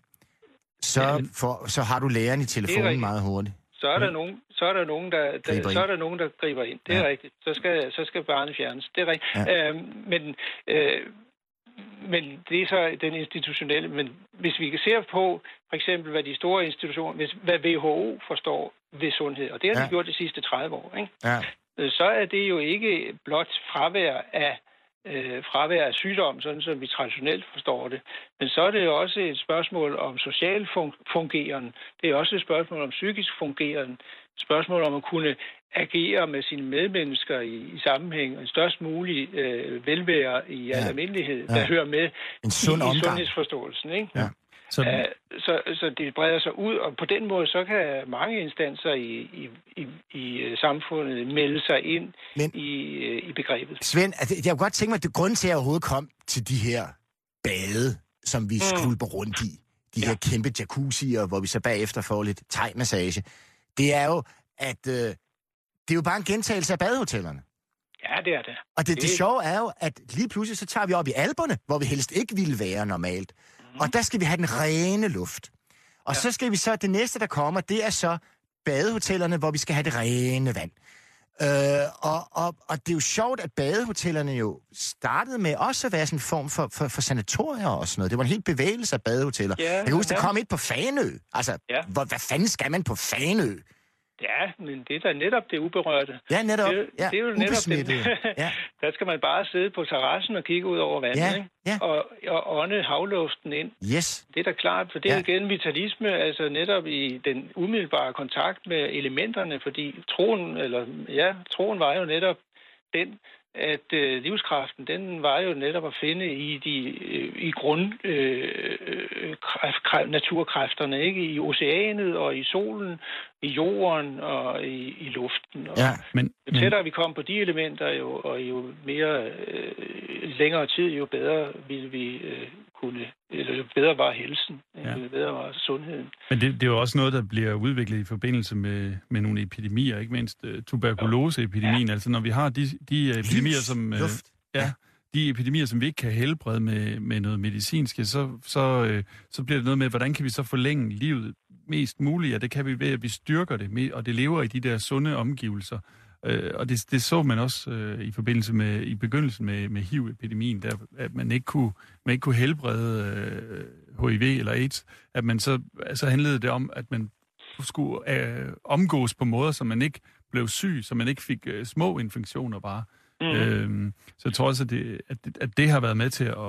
Speaker 3: så, ja, men... for, så har du læreren i telefonen meget hurtigt.
Speaker 5: Så er der nogen, så er der nogen, der, der så er der nogen, der griber ind. Det er ja. rigtigt. Så skal så skal barnet fjernes. Det er rigtigt. Ja. Øh, men øh, men det er så den institutionelle. Men hvis vi kan se på for eksempel hvad de store institutioner, hvis, hvad W H O forstår ved sundhed, og det har de ja. gjort de sidste tredive år, ikke? Ja. Så er det jo ikke blot fravær af øh, fravær af sygdom, sådan som vi traditionelt forstår det. Men så er det jo også et spørgsmål om social fungeren. Det er også et spørgsmål om psykisk fungeren. Et spørgsmål om at kunne agere med sine medmennesker i, i sammenhæng, og en størst mulig øh, velvære i ja. almindelighed, der ja. hører med
Speaker 3: en sund
Speaker 5: i, i sundhedsforståelsen. Ikke?
Speaker 3: Ja.
Speaker 5: Så... Uh, så, så det breder sig ud, og på den måde så kan mange instanser i, i, i, i samfundet melde sig ind Men, i, i begrebet.
Speaker 3: Svend, altså, jeg kunne godt tænke mig, at det grund til, at jeg overhovedet kom til de her bade, som vi mm. skvulper rundt i, de ja. her kæmpe jacuzzier, hvor vi så bagefter får lidt thai-massage, det er jo, at øh, det er jo bare en gentagelse af badehotellerne.
Speaker 5: Ja, det er det.
Speaker 3: Og det, det, det sjove er jo, at lige pludselig så tager vi op i Alperne, hvor vi helst ikke ville være normalt. Mm. Og der skal vi have den rene luft. Og ja. så skal vi så, det næste der kommer, det er så badehotellerne, hvor vi skal have det rene vand. Øh, og, og, og det er jo sjovt, at badehotellerne jo startede med også at være sådan en form for, for, for sanatorier og sådan noget. Det var en helt bevægelse af badehoteller. Ja, jeg kan huske, der kom et på Fanø. Altså, ja. hvor, hvad fanden skal man på Fanø?
Speaker 5: Ja, men det er da netop det uberørte.
Speaker 3: Ja, netop.
Speaker 5: Det,
Speaker 3: ja,
Speaker 5: det er jo netop det.
Speaker 3: Ja.
Speaker 5: Der skal man bare sidde på terrassen og kigge ud over vandet,
Speaker 3: ja,
Speaker 5: ikke?
Speaker 3: Ja.
Speaker 5: Og, og ånde havluften ind.
Speaker 3: Yes.
Speaker 5: Det er da klart, for det er ja. igen vitalisme, altså netop i den umiddelbare kontakt med elementerne, fordi troen, eller ja, troen var jo netop den, at øh, livskraften, den var jo netop at finde i de øh, i grund øh, kræft, naturkræfterne, ikke? I oceanet og i solen, i jorden og i, i luften. Og
Speaker 3: ja,
Speaker 4: men,
Speaker 5: jo tættere vi kom på de elementer, jo, og jo mere øh, længere tid, jo bedre ville vi øh, kunne, eller jo bedre var helsen, ja. jo bedre var sundheden. Men
Speaker 4: det, det er jo også noget, der bliver udviklet i forbindelse med, med nogle epidemier, ikke mindst uh, tuberkuloseepidemien. Ja. Altså når vi har de, de epidemier, som... Uh, ja, de epidemier, som vi ikke kan helbrede med, med noget medicinske, så, så, øh, så bliver det noget med, hvordan kan vi så forlænge livet mest muligt, og det kan vi ved, at vi styrker det, og det lever i de der sunde omgivelser. Øh, og det, det så man også øh, i forbindelse med, i begyndelsen med, med H I V-epidemien, der, at man ikke kunne, man ikke kunne helbrede øh, H I V eller AIDS, at man så altså handlede det om, at man skulle øh, omgås på måder, så man ikke blev syg, så man ikke fik øh, små infektioner bare. Mm. Øhm, så jeg tror også, at det, at, det, at det har været med til at...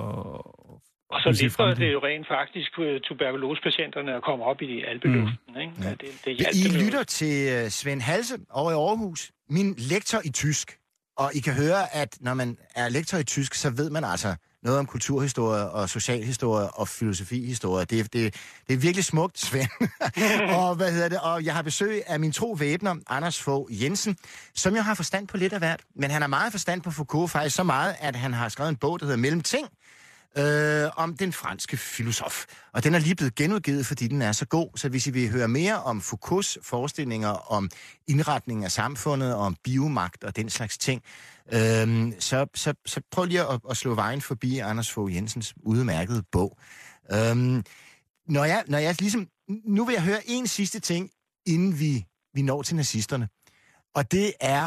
Speaker 5: Og så lindrede det jo rent faktisk tuberkulosepatienterne at komme op i alpeluften. Mm. Ikke? Ja. Det, det
Speaker 3: I lytter til Svend Halse over i Aarhus, min lektor i tysk. Og I kan høre, at når man er lektor i tysk, så ved man altså noget om kulturhistorie og socialhistorie og filosofihistorie. Det, det, det er virkelig smukt, Svend. og, hvad hedder det? og jeg har besøg af min tro væbner, Anders Fogh Jensen, som jeg har forstand på lidt af hvert. Men han har meget forstand på Foucault, faktisk så meget, at han har skrevet en bog, der hedder Mellemting, øh, om den franske filosof. Og den er lige blevet genudgivet, fordi den er så god. Så hvis I vil høre mere om Foucaults forestillinger om indretningen af samfundet, og om biomagt og den slags ting, Øhm, så, så, så prøv lige at, at slå vejen forbi Anders Fogh Jensens udmærkede bog. Øhm, når, jeg, når jeg ligesom... Nu vil jeg høre en sidste ting, inden vi, vi når til nazisterne. Og det er...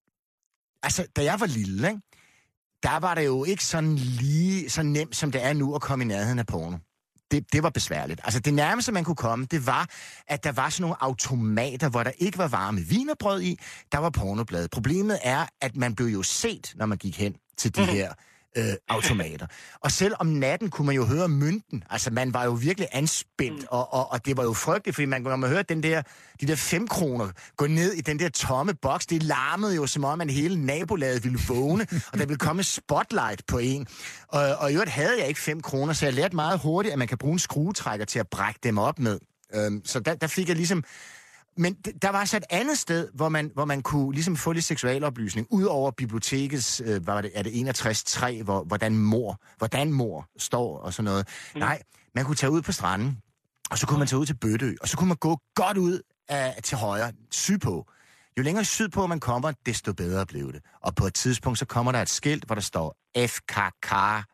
Speaker 3: Altså, da jeg var lille, ikke, der var det jo ikke sådan lige så nemt, som det er nu at komme i nærheden af porno. Det, det var besværligt. Altså det nærmeste, man kunne komme, det var, at der var sådan nogle automater, hvor der ikke var varme wienerbrød i, der var pornoblade. Problemet er, at man blev jo set, når man gik hen til de her øh, automater. Og selv om natten kunne man jo høre mønten. Altså man var jo virkelig anspændt, og, og, og det var jo frygteligt, fordi man kunne høre den der, de der fem kroner gå ned i den der tomme boks. Det larmede jo, som om man hele nabolaget ville vågne, og der ville komme spotlight på en. Og, og i øvrigt havde jeg ikke fem kroner, så jeg lærte meget hurtigt, at man kan bruge en skruetrækker til at brække dem op med. Øhm, så der, der fik jeg ligesom... Men der var så et andet sted, hvor man, hvor man kunne ligesom få lidt seksualoplysning, ud over bibliotekets, øh, var det, er det enogtres tre, hvor, hvordan mor, hvordan mor står og sådan noget. Mm. Nej, man kunne tage ud på stranden, og så kunne man tage ud til Bøtø, og så kunne man gå godt ud af, til højre, sydpå. Jo længere sydpå man kommer, desto bedre blev det. Og på et tidspunkt, så kommer der et skilt, hvor der står F K K.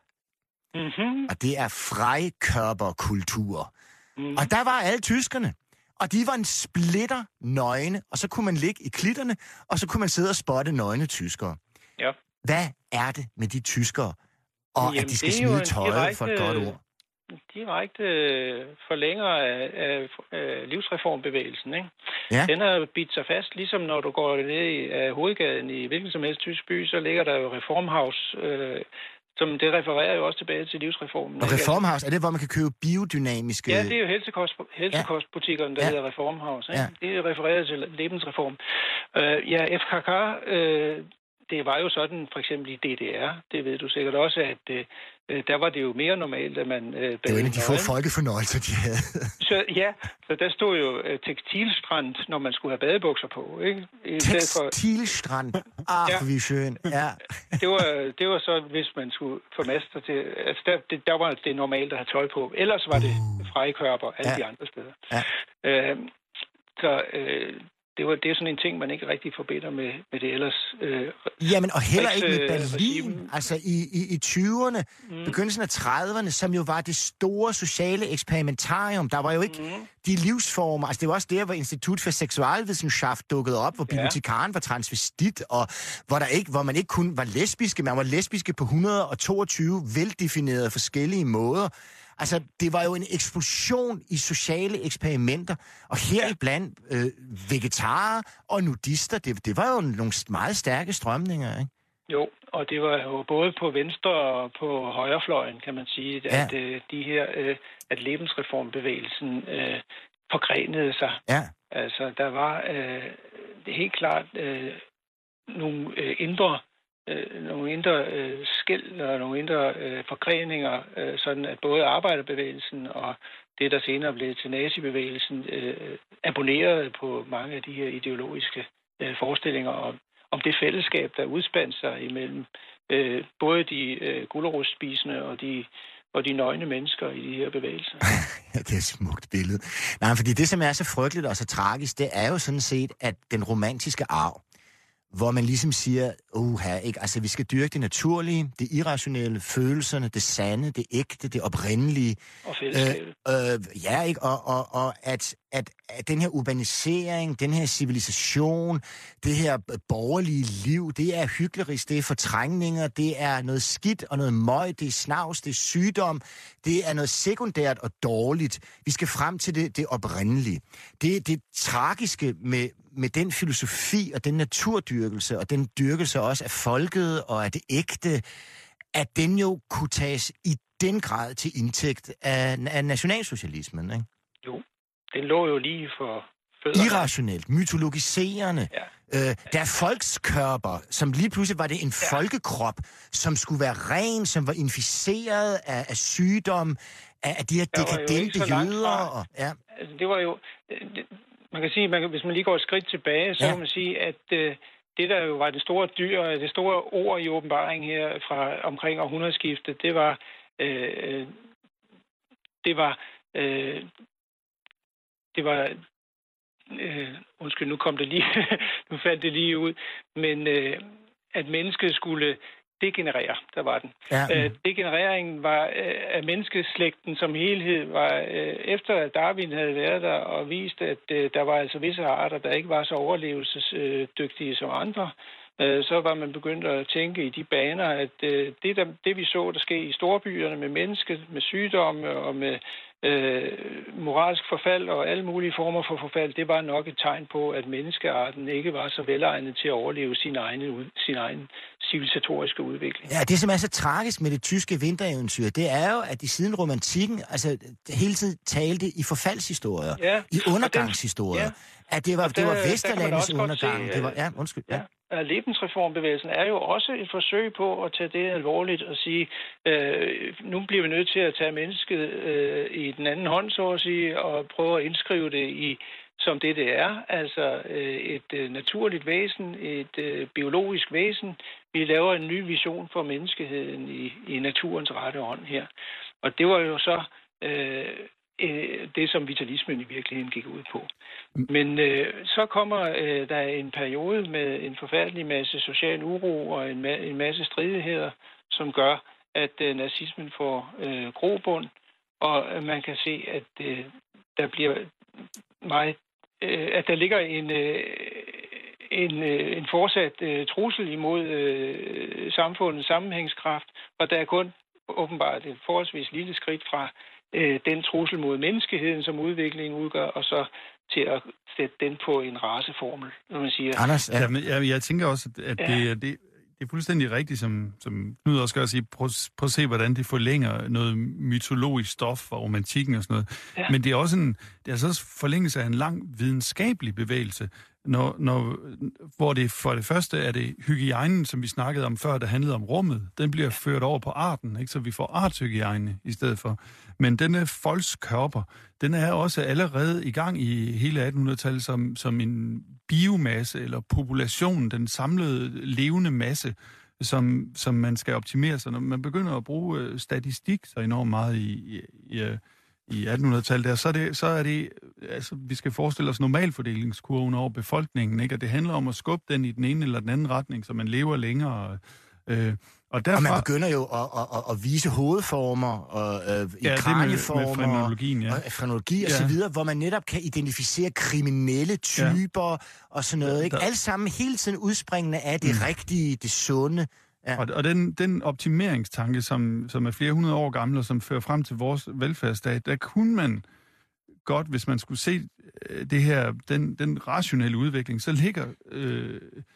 Speaker 3: Mm-hmm. Og det er Freikörperkultur. Mm. Og der var alle tyskerne. Og de var en splitter nøgne, og så kunne man ligge i klitterne, og så kunne man sidde og spotte nøgne tyskere. Ja. Hvad er det med de tyskere, og Jamen, at de skal smide tøjet direkte, for et godt ord?
Speaker 5: Direkte forlænger af, af, af livsreformbevægelsen, ikke? Ja. Den har bidt sig fast, ligesom når du går ned i af hovedgaden i hvilken som helst tysk by, så ligger der jo Reformhaus, øh, som det refererer jo også tilbage til livsreformen.
Speaker 3: Og Reformhaus, er det, hvor man kan købe biodynamiske...
Speaker 5: Ja, det er jo helsekost, helsekostbutikkerne, der ja. hedder Reformhaus. Ikke? Ja. Det er refereret til Lebensreform. Uh, ja, F K K, uh, det var jo sådan, for eksempel i D D R, det ved du sikkert også, at uh, der var det jo mere normalt, at man... Uh,
Speaker 3: det var en af de få folkefornøjelser, de havde.
Speaker 5: så, ja, så der stod jo uh, tekstilstrand, når man skulle have badebukser på, ikke? I
Speaker 3: tekstilstrand? Ah, ja. Wie schön. Ja.
Speaker 5: det, var, det var så, hvis man skulle få master til... Altså, der, det, der var det normalt at have tøj på. Ellers var det Freikörper alle ja. de andre steder. Ja. Uh, så... Uh, det, var, det er sådan en ting, man ikke rigtig forbinder med, med det ellers... Øh,
Speaker 3: Jamen, og heller ikke med Berlin.
Speaker 5: regime.
Speaker 3: Altså i, i, i tyverne, mm. begyndelsen af trediverne, som jo var det store sociale eksperimentarium. Der var jo ikke mm. de livsformer. Altså det var også der, hvor Institut for Sexualwissenschaft dukkede op, hvor bibliotekaren var transvestit, og hvor, der ikke, hvor man ikke kun var lesbiske, man var lesbiske på et hundrede og toogtyve veldefinerede forskellige måder. Altså, det var jo en eksplosion i sociale eksperimenter, og heriblandt øh, vegetarer og nudister, det, det var jo nogle meget stærke strømninger, ikke?
Speaker 5: Jo, og det var jo både på venstre og på højrefløjen, kan man sige, at ja. øh, de her, øh, at lebensreformbevægelsen øh, forgrenede sig. Ja. Altså, der var øh, helt klart øh, nogle øh, indre Øh, nogle indre øh, skæld og nogle indre øh, forgreninger, øh, sådan at både arbejderbevægelsen og det, der senere blev til nazibevægelsen, øh, abonnerede på mange af de her ideologiske øh, forestillinger om, om det fællesskab, der udspandt sig imellem øh, både de øh, gulerodsspisende og de, og de nøgne mennesker i de her bevægelser.
Speaker 3: Ja, det er et smukt billede. Nej, fordi det, som er så frygteligt og så tragisk, det er jo sådan set, at den romantiske arv, hvor man ligesom siger, uha, ikke? Altså, vi skal dyrke det naturlige, det irrationelle, følelserne, det sande, det ægte, det oprindelige.
Speaker 5: Og fællesskabet.
Speaker 3: Øh, øh, ja, ikke? Og, og, og at, at, at den her urbanisering, den her civilisation, det her borgerlige liv, det er hyklerisk, det er fortrængninger, det er noget skidt og noget møg, det er snavs, det er sygdom, det er noget sekundært og dårligt. Vi skal frem til det, det oprindelige. Det, det tragiske med med den filosofi og den naturdyrkelse, og den dyrkelse også af folket og af det ægte, at den jo kunne tages i den grad til indtægt af, af nationalsocialismen, ikke?
Speaker 5: Jo, den lå jo lige for fødderne.
Speaker 3: Irrationelt, mytologiserende. Ja. Øh, der er folkskørper, som lige pludselig var det en ja. folkekrop, som skulle være ren, som var inficeret af, af sygdom, af, af de her dekadente jøder. Og, ja.
Speaker 5: Altså, det var jo... Det, Man kan sige, man kan, hvis man lige går et skridt tilbage, så ja. kan man sige, at øh, det, der jo var det store dyr, det store ord i åbenbaringen her fra omkring århundredeskiftet, det var, øh, det var, øh, det var, øh, undskyld, nu kom det lige, nu fandt det lige ud, men øh, at mennesket skulle degenerere, der var den. Ja. Øh, degenereringen var øh, af menneskeslægten som helhed, var øh, efter at Darwin havde været der og vist, at øh, der var altså visse arter, der ikke var så overlevelsesdygtige som andre, øh, så var man begyndt at tænke i de baner, at øh, det, der, det vi så, der sker i storbyerne med mennesket, med sygdomme og med øh, moralsk forfald og alle mulige former for forfald, det var nok et tegn på, at menneskearten ikke var så velegnet til at overleve sin egen, sin egen civilisatoriske udvikling.
Speaker 3: Ja, det som er så tragisk med det tyske vintereventyr, det er jo, at de siden romantikken altså hele tiden talte i forfaldshistorier, ja, i undergangshistorier, den, ja. At det var, det var Vesterlandets undergang.
Speaker 5: Se,
Speaker 3: det var, ja, undskyld. Ja.
Speaker 5: Ja. Lebensreformbevægelsen er jo også et forsøg på at tage det alvorligt og sige, øh, nu bliver vi nødt til at tage mennesket øh, i den anden hånd, så at sige, og prøve at indskrive det i som det, det er, altså øh, et øh, naturligt væsen, et øh, biologisk væsen. Vi laver en ny vision for menneskeheden i, i naturens rette ånd her. Og det var jo så øh, øh, det, som vitalismen i virkeligheden gik ud på. Men øh, så kommer øh, der en periode med en forfærdelig masse social uro og en, ma- en masse stridigheder, som gør, at øh, nazismen får øh, grobund, og øh, man kan se, at øh, der bliver meget at der ligger en, en, en fortsat trussel imod øh, samfundets sammenhængskraft, og der er kun åbenbart et forholdsvis lille skridt fra øh, den trussel mod menneskeheden, som udviklingen udgør, og så til at sætte den på en raceformel, når man siger.
Speaker 4: Anders, ja. Ja, jeg, jeg tænker også, at ja. det, det, det er fuldstændig rigtigt, som, som Knud også skal sige, prøv, prøv at se, hvordan det forlænger noget mytologisk stof fra romantikken og sådan noget. Ja. Men det er også en, det er altså også forlængelse af en lang videnskabelig bevægelse, når, når, hvor det for det første er det hygiejnen, som vi snakkede om før, der handlede om rummet. Den bliver ført over på arten, ikke? Så vi får artshygiejne i stedet for. Men denne folkskørper, den er også allerede i gang i hele attenhundredetallet som, som en biomasse eller population, den samlede levende masse, som, som man skal optimere. Så når man begynder at bruge statistik så enormt meget i, i, i, i attenhundredetallet, der, så, er det, så er det altså, vi skal forestille os normalfordelingskurven over befolkningen, ikke? Og det handler om at skubbe den i den ene eller den anden retning, så man lever længere. Øh, og, derfra,
Speaker 3: og man begynder jo at, at, at vise hovedformer og øh, i
Speaker 4: ja,
Speaker 3: kranieformer
Speaker 4: med, med frenologien, ja.
Speaker 3: og frenologi
Speaker 4: ja.
Speaker 3: og så videre, hvor man netop kan identificere kriminelle typer ja. og sådan noget. Ikke?
Speaker 4: Der,
Speaker 3: Alt sammen hele tiden udspringende af det mm. rigtige, det sunde. Ja.
Speaker 4: Og, og den, den optimeringstanke, som, som er flere hundrede år gammel, og som fører frem til vores velfærdsstat, der kunne man godt, hvis man skulle se det her, den, den rationelle udvikling, så ligger øh,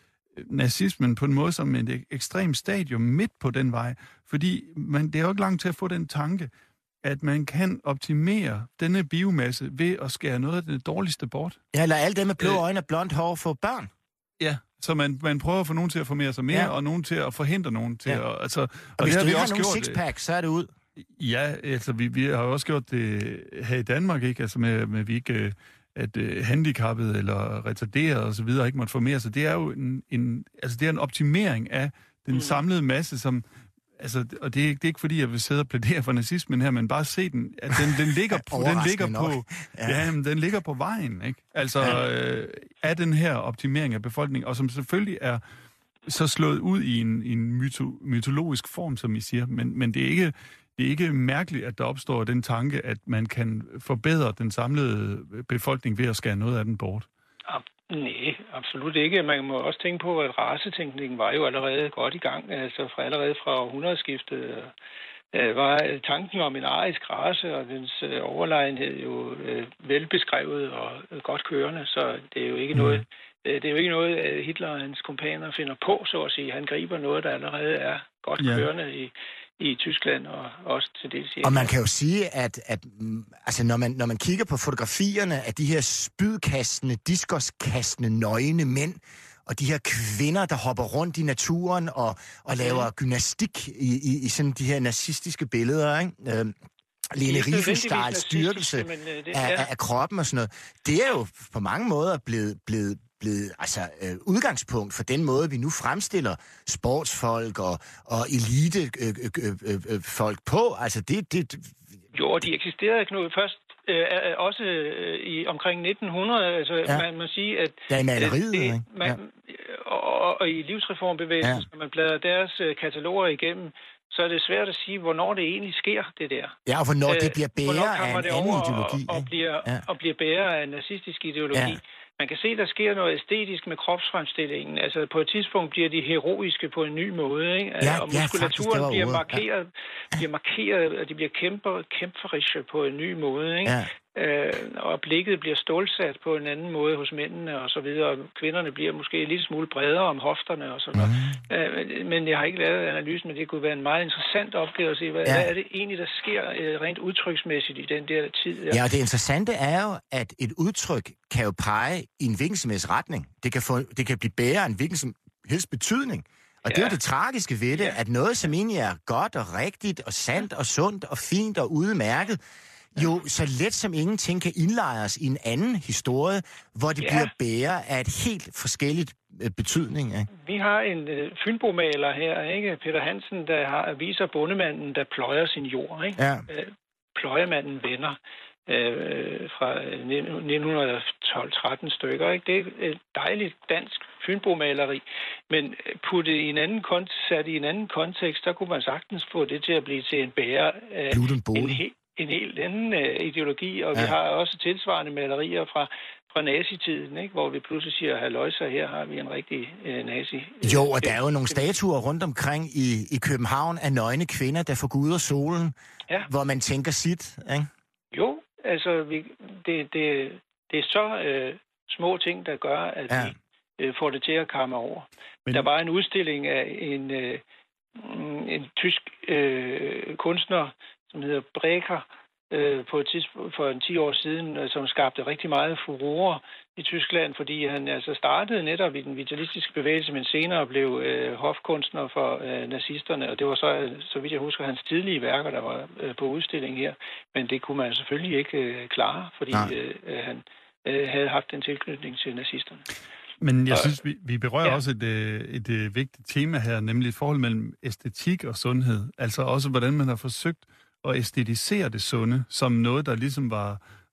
Speaker 4: nazismen på en måde som et ekstremt stadium midt på den vej. Fordi man, det er jo ikke langt til at få den tanke, at man kan optimere denne biomasse ved at skære noget af det dårligste bort.
Speaker 3: Ja, eller alle dem med blå øjne og blondt hår få børn.
Speaker 4: Ja, så man, man prøver at få nogen til at formere sig mere, ja. og nogen til at forhindre nogen til
Speaker 3: ja.
Speaker 4: at... Altså, og,
Speaker 3: og hvis
Speaker 4: det
Speaker 3: du
Speaker 4: har
Speaker 3: ikke
Speaker 4: vi
Speaker 3: har
Speaker 4: også
Speaker 3: nogen
Speaker 4: gjort,
Speaker 3: sixpack, så er det ud.
Speaker 4: Ja, altså vi, vi har jo også gjort det her i Danmark, ikke? Altså med, med vi ikke... at uh, handicappede eller retarderede og så videre ikke måtte formere sig. Det er jo en, en, altså det er en optimering af den mm. samlede masse, som... Altså, og det er, det er ikke fordi, jeg vil sidde og plædere for nazismen her, men bare se den, at den, den ligger på, den ligger på, ja. Ja, den ligger på vejen, ikke? Altså, ja. øh, af den her optimering af befolkningen, og som selvfølgelig er så slået ud i en, en myto, mytologisk form, som I siger, men, men det er ikke, det er ikke mærkeligt, at der opstår den tanke, at man kan forbedre den samlede befolkning ved at skære noget af den bort.
Speaker 5: Nej, absolut ikke. Man må også tænke på, at racetænkningen var jo allerede godt i gang. Altså fra allerede fra århundredeskiftet øh, var tanken om en arisk race og dens øh, overlegenhed jo øh, velbeskrevet og øh, godt kørende. Så det er jo ikke mm. noget, øh, det er jo ikke noget, Hitler og hans kompaner finder på, så at sige. Han griber noget, der allerede er godt yeah. kørende i i Tyskland og også til dels i...
Speaker 3: Og man kan jo sige, at, at altså, når, man, når man kigger på fotografierne af de her spydkastende, diskoskastende, nøgne mænd, og de her kvinder, der hopper rundt i naturen og, og laver gymnastik i, i, i sådan de her nazistiske billeder, ikke? Øh, Lene Riefenstahls styrkelse men, uh, det, af, ja. af kroppen og sådan noget, det er jo på mange måder blevet... blevet blevet altså øh, udgangspunkt for den måde, vi nu fremstiller sportsfolk og, og elite øh, øh, øh, øh, folk på. Altså det... det
Speaker 5: jo, og de eksisterede, Knud, først øh, også øh, i omkring nitten hundrede. Altså ja. man må sige, at...
Speaker 3: Ja, i maleriet,
Speaker 5: det,
Speaker 3: ikke?
Speaker 5: Man, ja. og, og i livsreformbevægelsen, ja. når man bladrer deres øh, kataloger igennem, så er det svært at sige, hvornår det egentlig sker, det der.
Speaker 3: Ja, og hvornår det bliver bærer af en anden ideologi.
Speaker 5: Og, og, bliver, ja. og bliver bærer af en nazistisk ideologi. Ja. Man kan se, at der sker noget æstetisk med kropsfremstillingen. Altså på et tidspunkt bliver de heroiske på en ny måde, ikke?
Speaker 3: Ja,
Speaker 5: og muskulaturen
Speaker 3: ja,
Speaker 5: bliver markeret, ja. bliver markeret, og de bliver kæmper, kæmperiske på en ny måde, ikke? Ja. Øh, og blikket bliver stålsat på en anden måde hos mændene og så videre. Og kvinderne bliver måske en lille smule bredere om hofterne og sådan noget. Mm. Øh, men jeg har ikke lavet analysen, men det kunne være en meget interessant opgave at se, hvad, ja. hvad er det egentlig, der sker øh, rent udtryksmæssigt i den der tid.
Speaker 3: Ja, og det interessante er jo, at et udtryk kan jo pege i en hvilken som helst retning. Det kan, få, det kan blive bære en hvilken som helst betydning. Og ja. det er jo det tragiske ved det, ja. at noget, som egentlig er godt og rigtigt og sandt og sundt og fint og udmærket, jo så let som ingenting kan indlejres i en anden historie, hvor det ja. bliver bærer af et helt forskelligt øh, betydning. Ikke?
Speaker 5: Vi har en øh, fynbomaler her, ikke? Peter Hansen, der har, viser bondemanden, der pløjer sin jord. Ikke? Ja. Øh, pløjermanden venner øh, fra nitten tolv tretten stykker. Ikke? Det er et dejligt dansk fynbomaleri, men puttet i en anden kontekst, sat i en anden kontekst, der kunne man sagtens få det til at blive til en bærer af en helt en helt anden øh, ideologi, og ja. vi har også tilsvarende malerier fra, fra nazitiden, ikke? Hvor vi pludselig siger, halløjsa, her har vi en rigtig øh, nazi.
Speaker 3: Jo, og der er jo nogle statuer rundt omkring i, i København af nøgne kvinder, der forguder solen, ja. hvor man tænker sit, ikke?
Speaker 5: Jo, altså, vi, det, det, det er så øh, små ting, der gør, at ja. vi øh, får det til at komme over. Men... Der var en udstilling af en, øh, en tysk øh, kunstner, som hedder Breker, øh, på et tidspunkt for en ti år siden, øh, som skabte rigtig meget furore i Tyskland, fordi han altså startede netop i den vitalistiske bevægelse, men senere blev øh, hofkunstner for øh, nazisterne, og det var så, så vidt jeg husker, hans tidlige værker, der var øh, på udstilling her, men det kunne man selvfølgelig ikke øh, klare, fordi øh, han øh, havde haft en tilknytning til nazisterne.
Speaker 4: Men jeg synes, vi, vi berører ja. også et, et, et vigtigt tema her, nemlig et forhold mellem æstetik og sundhed. Altså også, hvordan man har forsøgt at æstetisere det sunde, som noget, der ligesom var,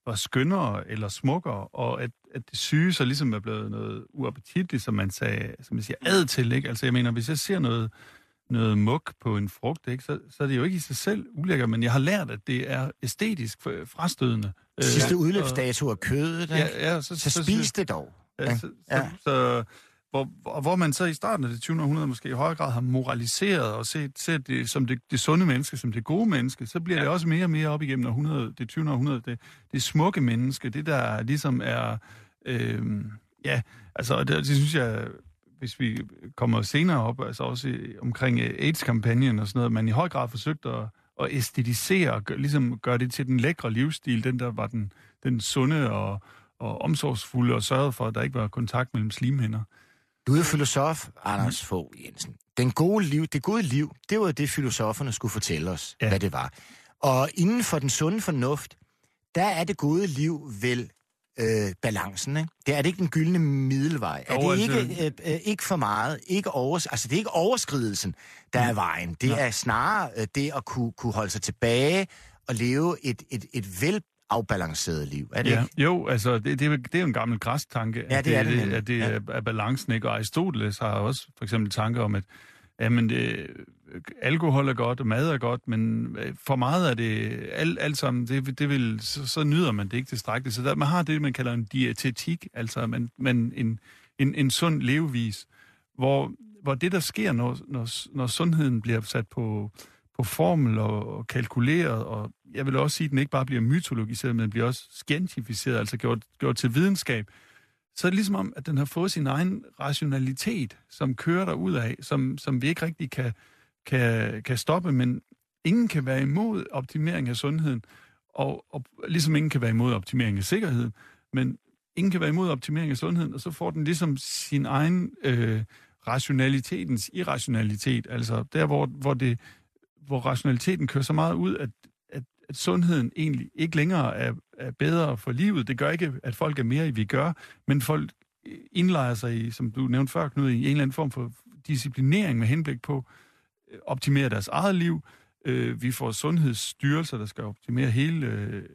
Speaker 4: var skønnere eller smukkere, og at, at det syge så ligesom er blevet noget uappetitligt, som man sagde, som man siger, ad til, ikke? Altså, jeg mener, hvis jeg ser noget, noget muk på en frugt, ikke? Så, så er det jo ikke i sig selv ulækkert, men jeg har lært, at det er æstetisk frastødende.
Speaker 3: Sidste udløbsdato af kødet, ikke?
Speaker 4: Ja, ja, så,
Speaker 3: så, så spis det dog.
Speaker 4: Ja, så, ja. Så, så, hvor, hvor man så i starten af det tyvende århundrede måske i højere grad har moraliseret og set, set det som det, det sunde menneske, som det gode menneske, så bliver ja. det også mere og mere op igennem århundrede, det tyvende århundrede, det, det smukke menneske, det der ligesom er, øh, ja, altså det, det synes jeg, hvis vi kommer senere op, altså også i, omkring AIDS-kampagnen og sådan noget, man i høj grad forsøgt at, at æstetisere, og gør, ligesom gøre det til den lækre livsstil, den der var den, den sunde og, og omsorgsfulde, og sørgede for, at der ikke var kontakt mellem slimhinder.
Speaker 3: Du er filosof, Anders Fogh Jensen. Den gode liv, det gode liv, det var det, filosoferne skulle fortælle os, ja. hvad det var. Og inden for den sunde fornuft, der er det gode liv vel øh, balancen, ikke? Det er det ikke den gyldne middelvej. Er det ikke, øh, øh, ikke for meget, ikke overs, altså det er ikke overskridelsen, der er vejen. Det er snarere øh, det at kunne, kunne holde sig tilbage og leve et, et, et vel afbalanceret liv, er det
Speaker 4: ja.
Speaker 3: ikke?
Speaker 4: Jo, altså, det, det, er, det er jo en gammel græstanke,
Speaker 3: ja, det er
Speaker 4: at det,
Speaker 3: det,
Speaker 4: det, at det
Speaker 3: ja.
Speaker 4: er balancen, ikke? Og Aristoteles har også for eksempel tanker om, at jamen, det, alkohol er godt, og mad er godt, men for meget af det, alt, alt sammen, det, det vil, så, så nyder man det ikke tilstrækkeligt. Så der, man har det, man kalder en dietetik, altså man, man, en, en, en sund levevis, hvor, hvor det, der sker, når, når, når sundheden bliver sat på på formel og, og kalkuleret, og jeg vil også sige, at den ikke bare bliver mytologiseret, men den bliver også scientificeret, altså gjort, gjort til videnskab, så er det ligesom om, at den har fået sin egen rationalitet, som kører der ud af, som, som vi ikke rigtig kan, kan, kan stoppe, men ingen kan være imod optimering af sundheden, og, og ligesom ingen kan være imod optimering af sikkerheden, men ingen kan være imod optimering af sundheden, og så får den ligesom sin egen øh, rationalitetens irrationalitet, altså der, hvor, hvor det hvor rationaliteten kører så meget ud, at, at, at sundheden egentlig ikke længere er, er bedre for livet. Det gør ikke, at folk er mere i, vi gør, men folk indlejer sig i, som du nævnte før, Knud, i en eller anden form for disciplinering med henblik på at optimere deres eget liv. Vi får sundhedsstyrelser, der skal optimere hele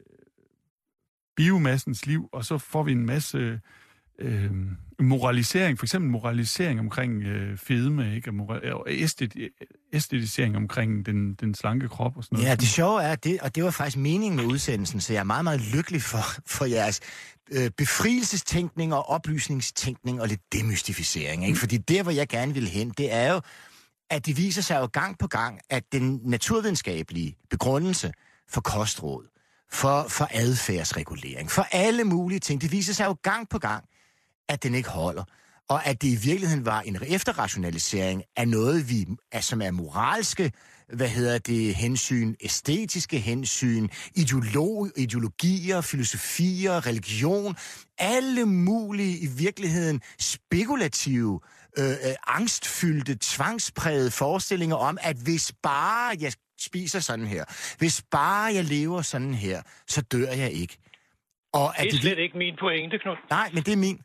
Speaker 4: biomassens liv, og så får vi en masse øh, moralisering, for eksempel moralisering omkring øh, fedme, ikke? Og æstet, æstetisering omkring den, den slanke krop og sådan noget.
Speaker 3: Ja, det sjove er, det, og det var faktisk meningen med udsendelsen, så jeg er meget, meget lykkelig for, for jeres øh, befrielsestænkning og oplysningstænkning og lidt demystificering, ikke? Fordi det, hvor jeg gerne vil hen, det er jo, at det viser sig jo gang på gang, at den naturvidenskabelige begrundelse for kostråd, for, for adfærdsregulering, for alle mulige ting, det viser sig jo gang på gang, at den ikke holder. Og at det i virkeligheden var en efterrationalisering af noget, vi, som er moralske, hvad hedder det, hensyn, æstetiske hensyn, ideolog, ideologier, filosofier, religion, alle mulige i virkeligheden spekulative, øh, angstfyldte, tvangsprægede forestillinger om, at hvis bare jeg spiser sådan her, hvis bare jeg lever sådan her, så dør jeg ikke. Og
Speaker 5: det er det, slet ikke min pointe, Knud.
Speaker 3: Nej, men det er min.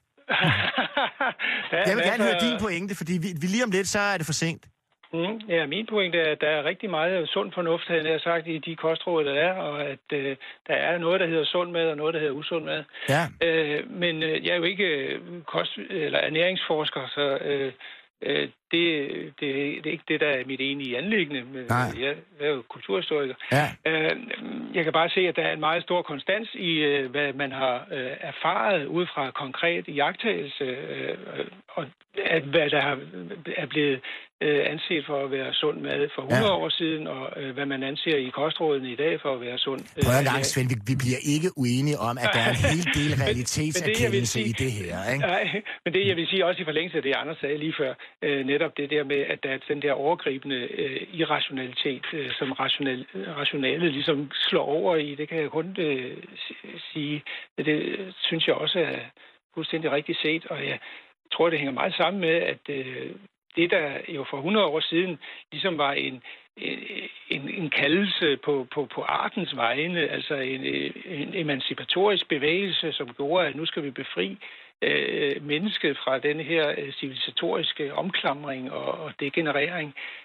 Speaker 3: Jeg vil gerne høre din pointe, fordi vi, vi lige om lidt, så er det for sent.
Speaker 5: Mm, ja, min pointe er, at der er rigtig meget sund fornuft, havde jeg sagt, i de kostråd, der er, og at øh, der er noget, der hedder sund mad, og noget, der hedder usund mad. Ja. Øh, men øh, jeg er jo ikke øh, kost- eller ernæringsforsker, så øh, øh, det, det, det er ikke det, der er mit enige anliggende. Nej. Jeg er jo kulturhistoriker. Ja. Øh, jeg kan bare se, at der er en meget stor konstans i, øh, hvad man har øh, erfaret ud fra konkret iagttagelse, øh, og at hvad der er blevet øh, anset for at være sund mad for hundrede ja. år siden, og øh, hvad man anser i kostrådene i dag for at være sund.
Speaker 3: Øh, Prøv at gang, Svend, vi, vi bliver ikke uenige om, at der er en hel del realitetserkendelse i det her, ikke?
Speaker 5: Nej, men det jeg vil sige også i forlængelse af det, Anders sagde lige før, øh, netop det der med, at der er den der overgribende øh, irrationalitet, øh, som rationel, rationalet ligesom slår over i, det kan jeg kun øh, sige. Det synes jeg også er fuldstændig rigtigt set, og jeg Jeg tror, det hænger meget sammen med, at øh, det, der jo for hundrede år siden ligesom var en, en, en kaldelse på, på, på artens vegne, altså en, en emancipatorisk bevægelse, som gjorde, at nu skal vi befri øh, mennesket fra denne her civilisatoriske omklamring og, og degenerering.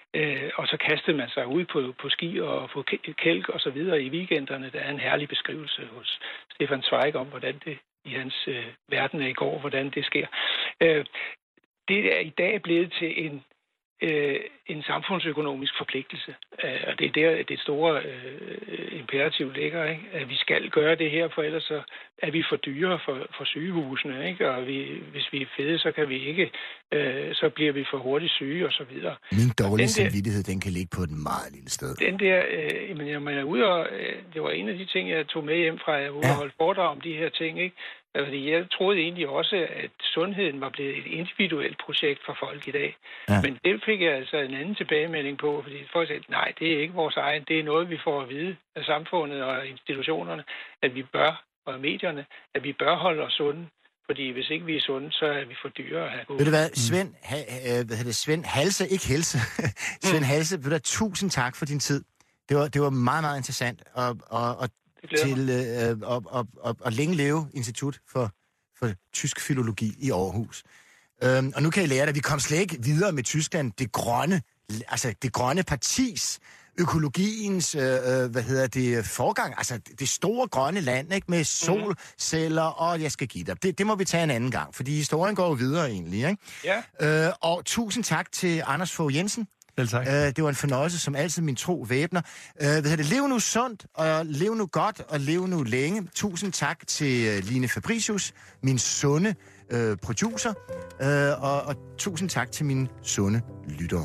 Speaker 5: Øh, og så kastede man sig ud på, på ski og på kælk og så videre i weekenderne. Der er en herlig beskrivelse hos Stefan Zweig om, hvordan det i hans øh, verden af i går, hvordan det sker. Øh, det er i dag blevet til en Øh, en samfundsøkonomisk forpligtelse. Øh, og det er der, det store øh, imperativ ligger, ikke? At vi skal gøre det her, for ellers så er vi for dyre for, for sygehusene, ikke? Og vi, hvis vi er fede, så kan vi ikke, øh, så bliver vi for hurtigt syge og så videre.
Speaker 3: Min dårlige samvittighed, den kan ligge på et meget lille sted.
Speaker 5: Den der, øh, men jeg er ude og, øh, det var en af de ting, jeg tog med hjem fra, jeg var ude ja. og holde foredrag om de her ting, ikke? Fordi jeg troede egentlig også, at sundheden var blevet et individuelt projekt for folk i dag. Ja. Men det fik jeg altså en anden tilbagemelding på, fordi folk sagde, nej, det er ikke vores egen, det er noget, vi får at vide af samfundet og institutionerne, at vi bør, og medierne, at vi bør holde os sunde. Fordi hvis ikke vi er sunde, så er vi for dyre at have gode.
Speaker 3: Ved du hvad, Svend, ha, hvad hedder det, Svend Halse, ikke Helse, Svend Halse, ved du, tusind tak for din tid. Det var, det var meget, meget interessant, og, og, og til øh, og, og, og, og længe leve Institut for, for Tysk Filologi i Aarhus. Øhm, og nu kan I lære, at vi kom slet ikke videre med Tyskland, det grønne, altså det grønne partis, økologiens, øh, hvad hedder det, forgang, altså det store grønne land, ikke, med solceller, og jeg skal give dig. Det, det må vi tage en anden gang, fordi historien går videre egentlig, ikke?
Speaker 5: Ja.
Speaker 3: Øh, og tusind tak til Anders Fogh Jensen.
Speaker 4: Tak.
Speaker 3: Øh, det var en fornøjelse, som altid min tro væbner. Øh, hvad hedder det? Lev nu sundt, og lev nu godt, og lev nu længe. Tusind tak til uh, Line Fabricius, min sunde øh, producer, øh, og, og tusind tak til mine sunde lyttere.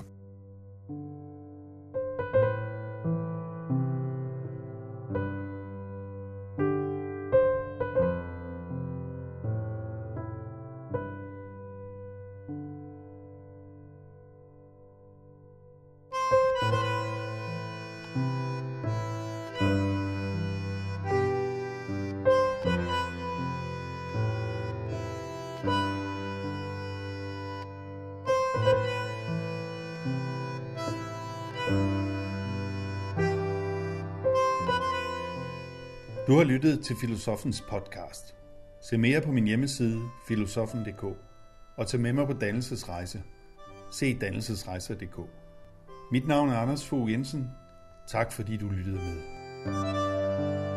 Speaker 1: Du har lyttet til Filosofens podcast. Se mere på min hjemmeside filosoffen punktum d k og tag med mig på dannelsesrejse. Se dannelsesrejser punktum d k. Mit navn er Anders Fogh Jensen. Tak fordi du lyttede med.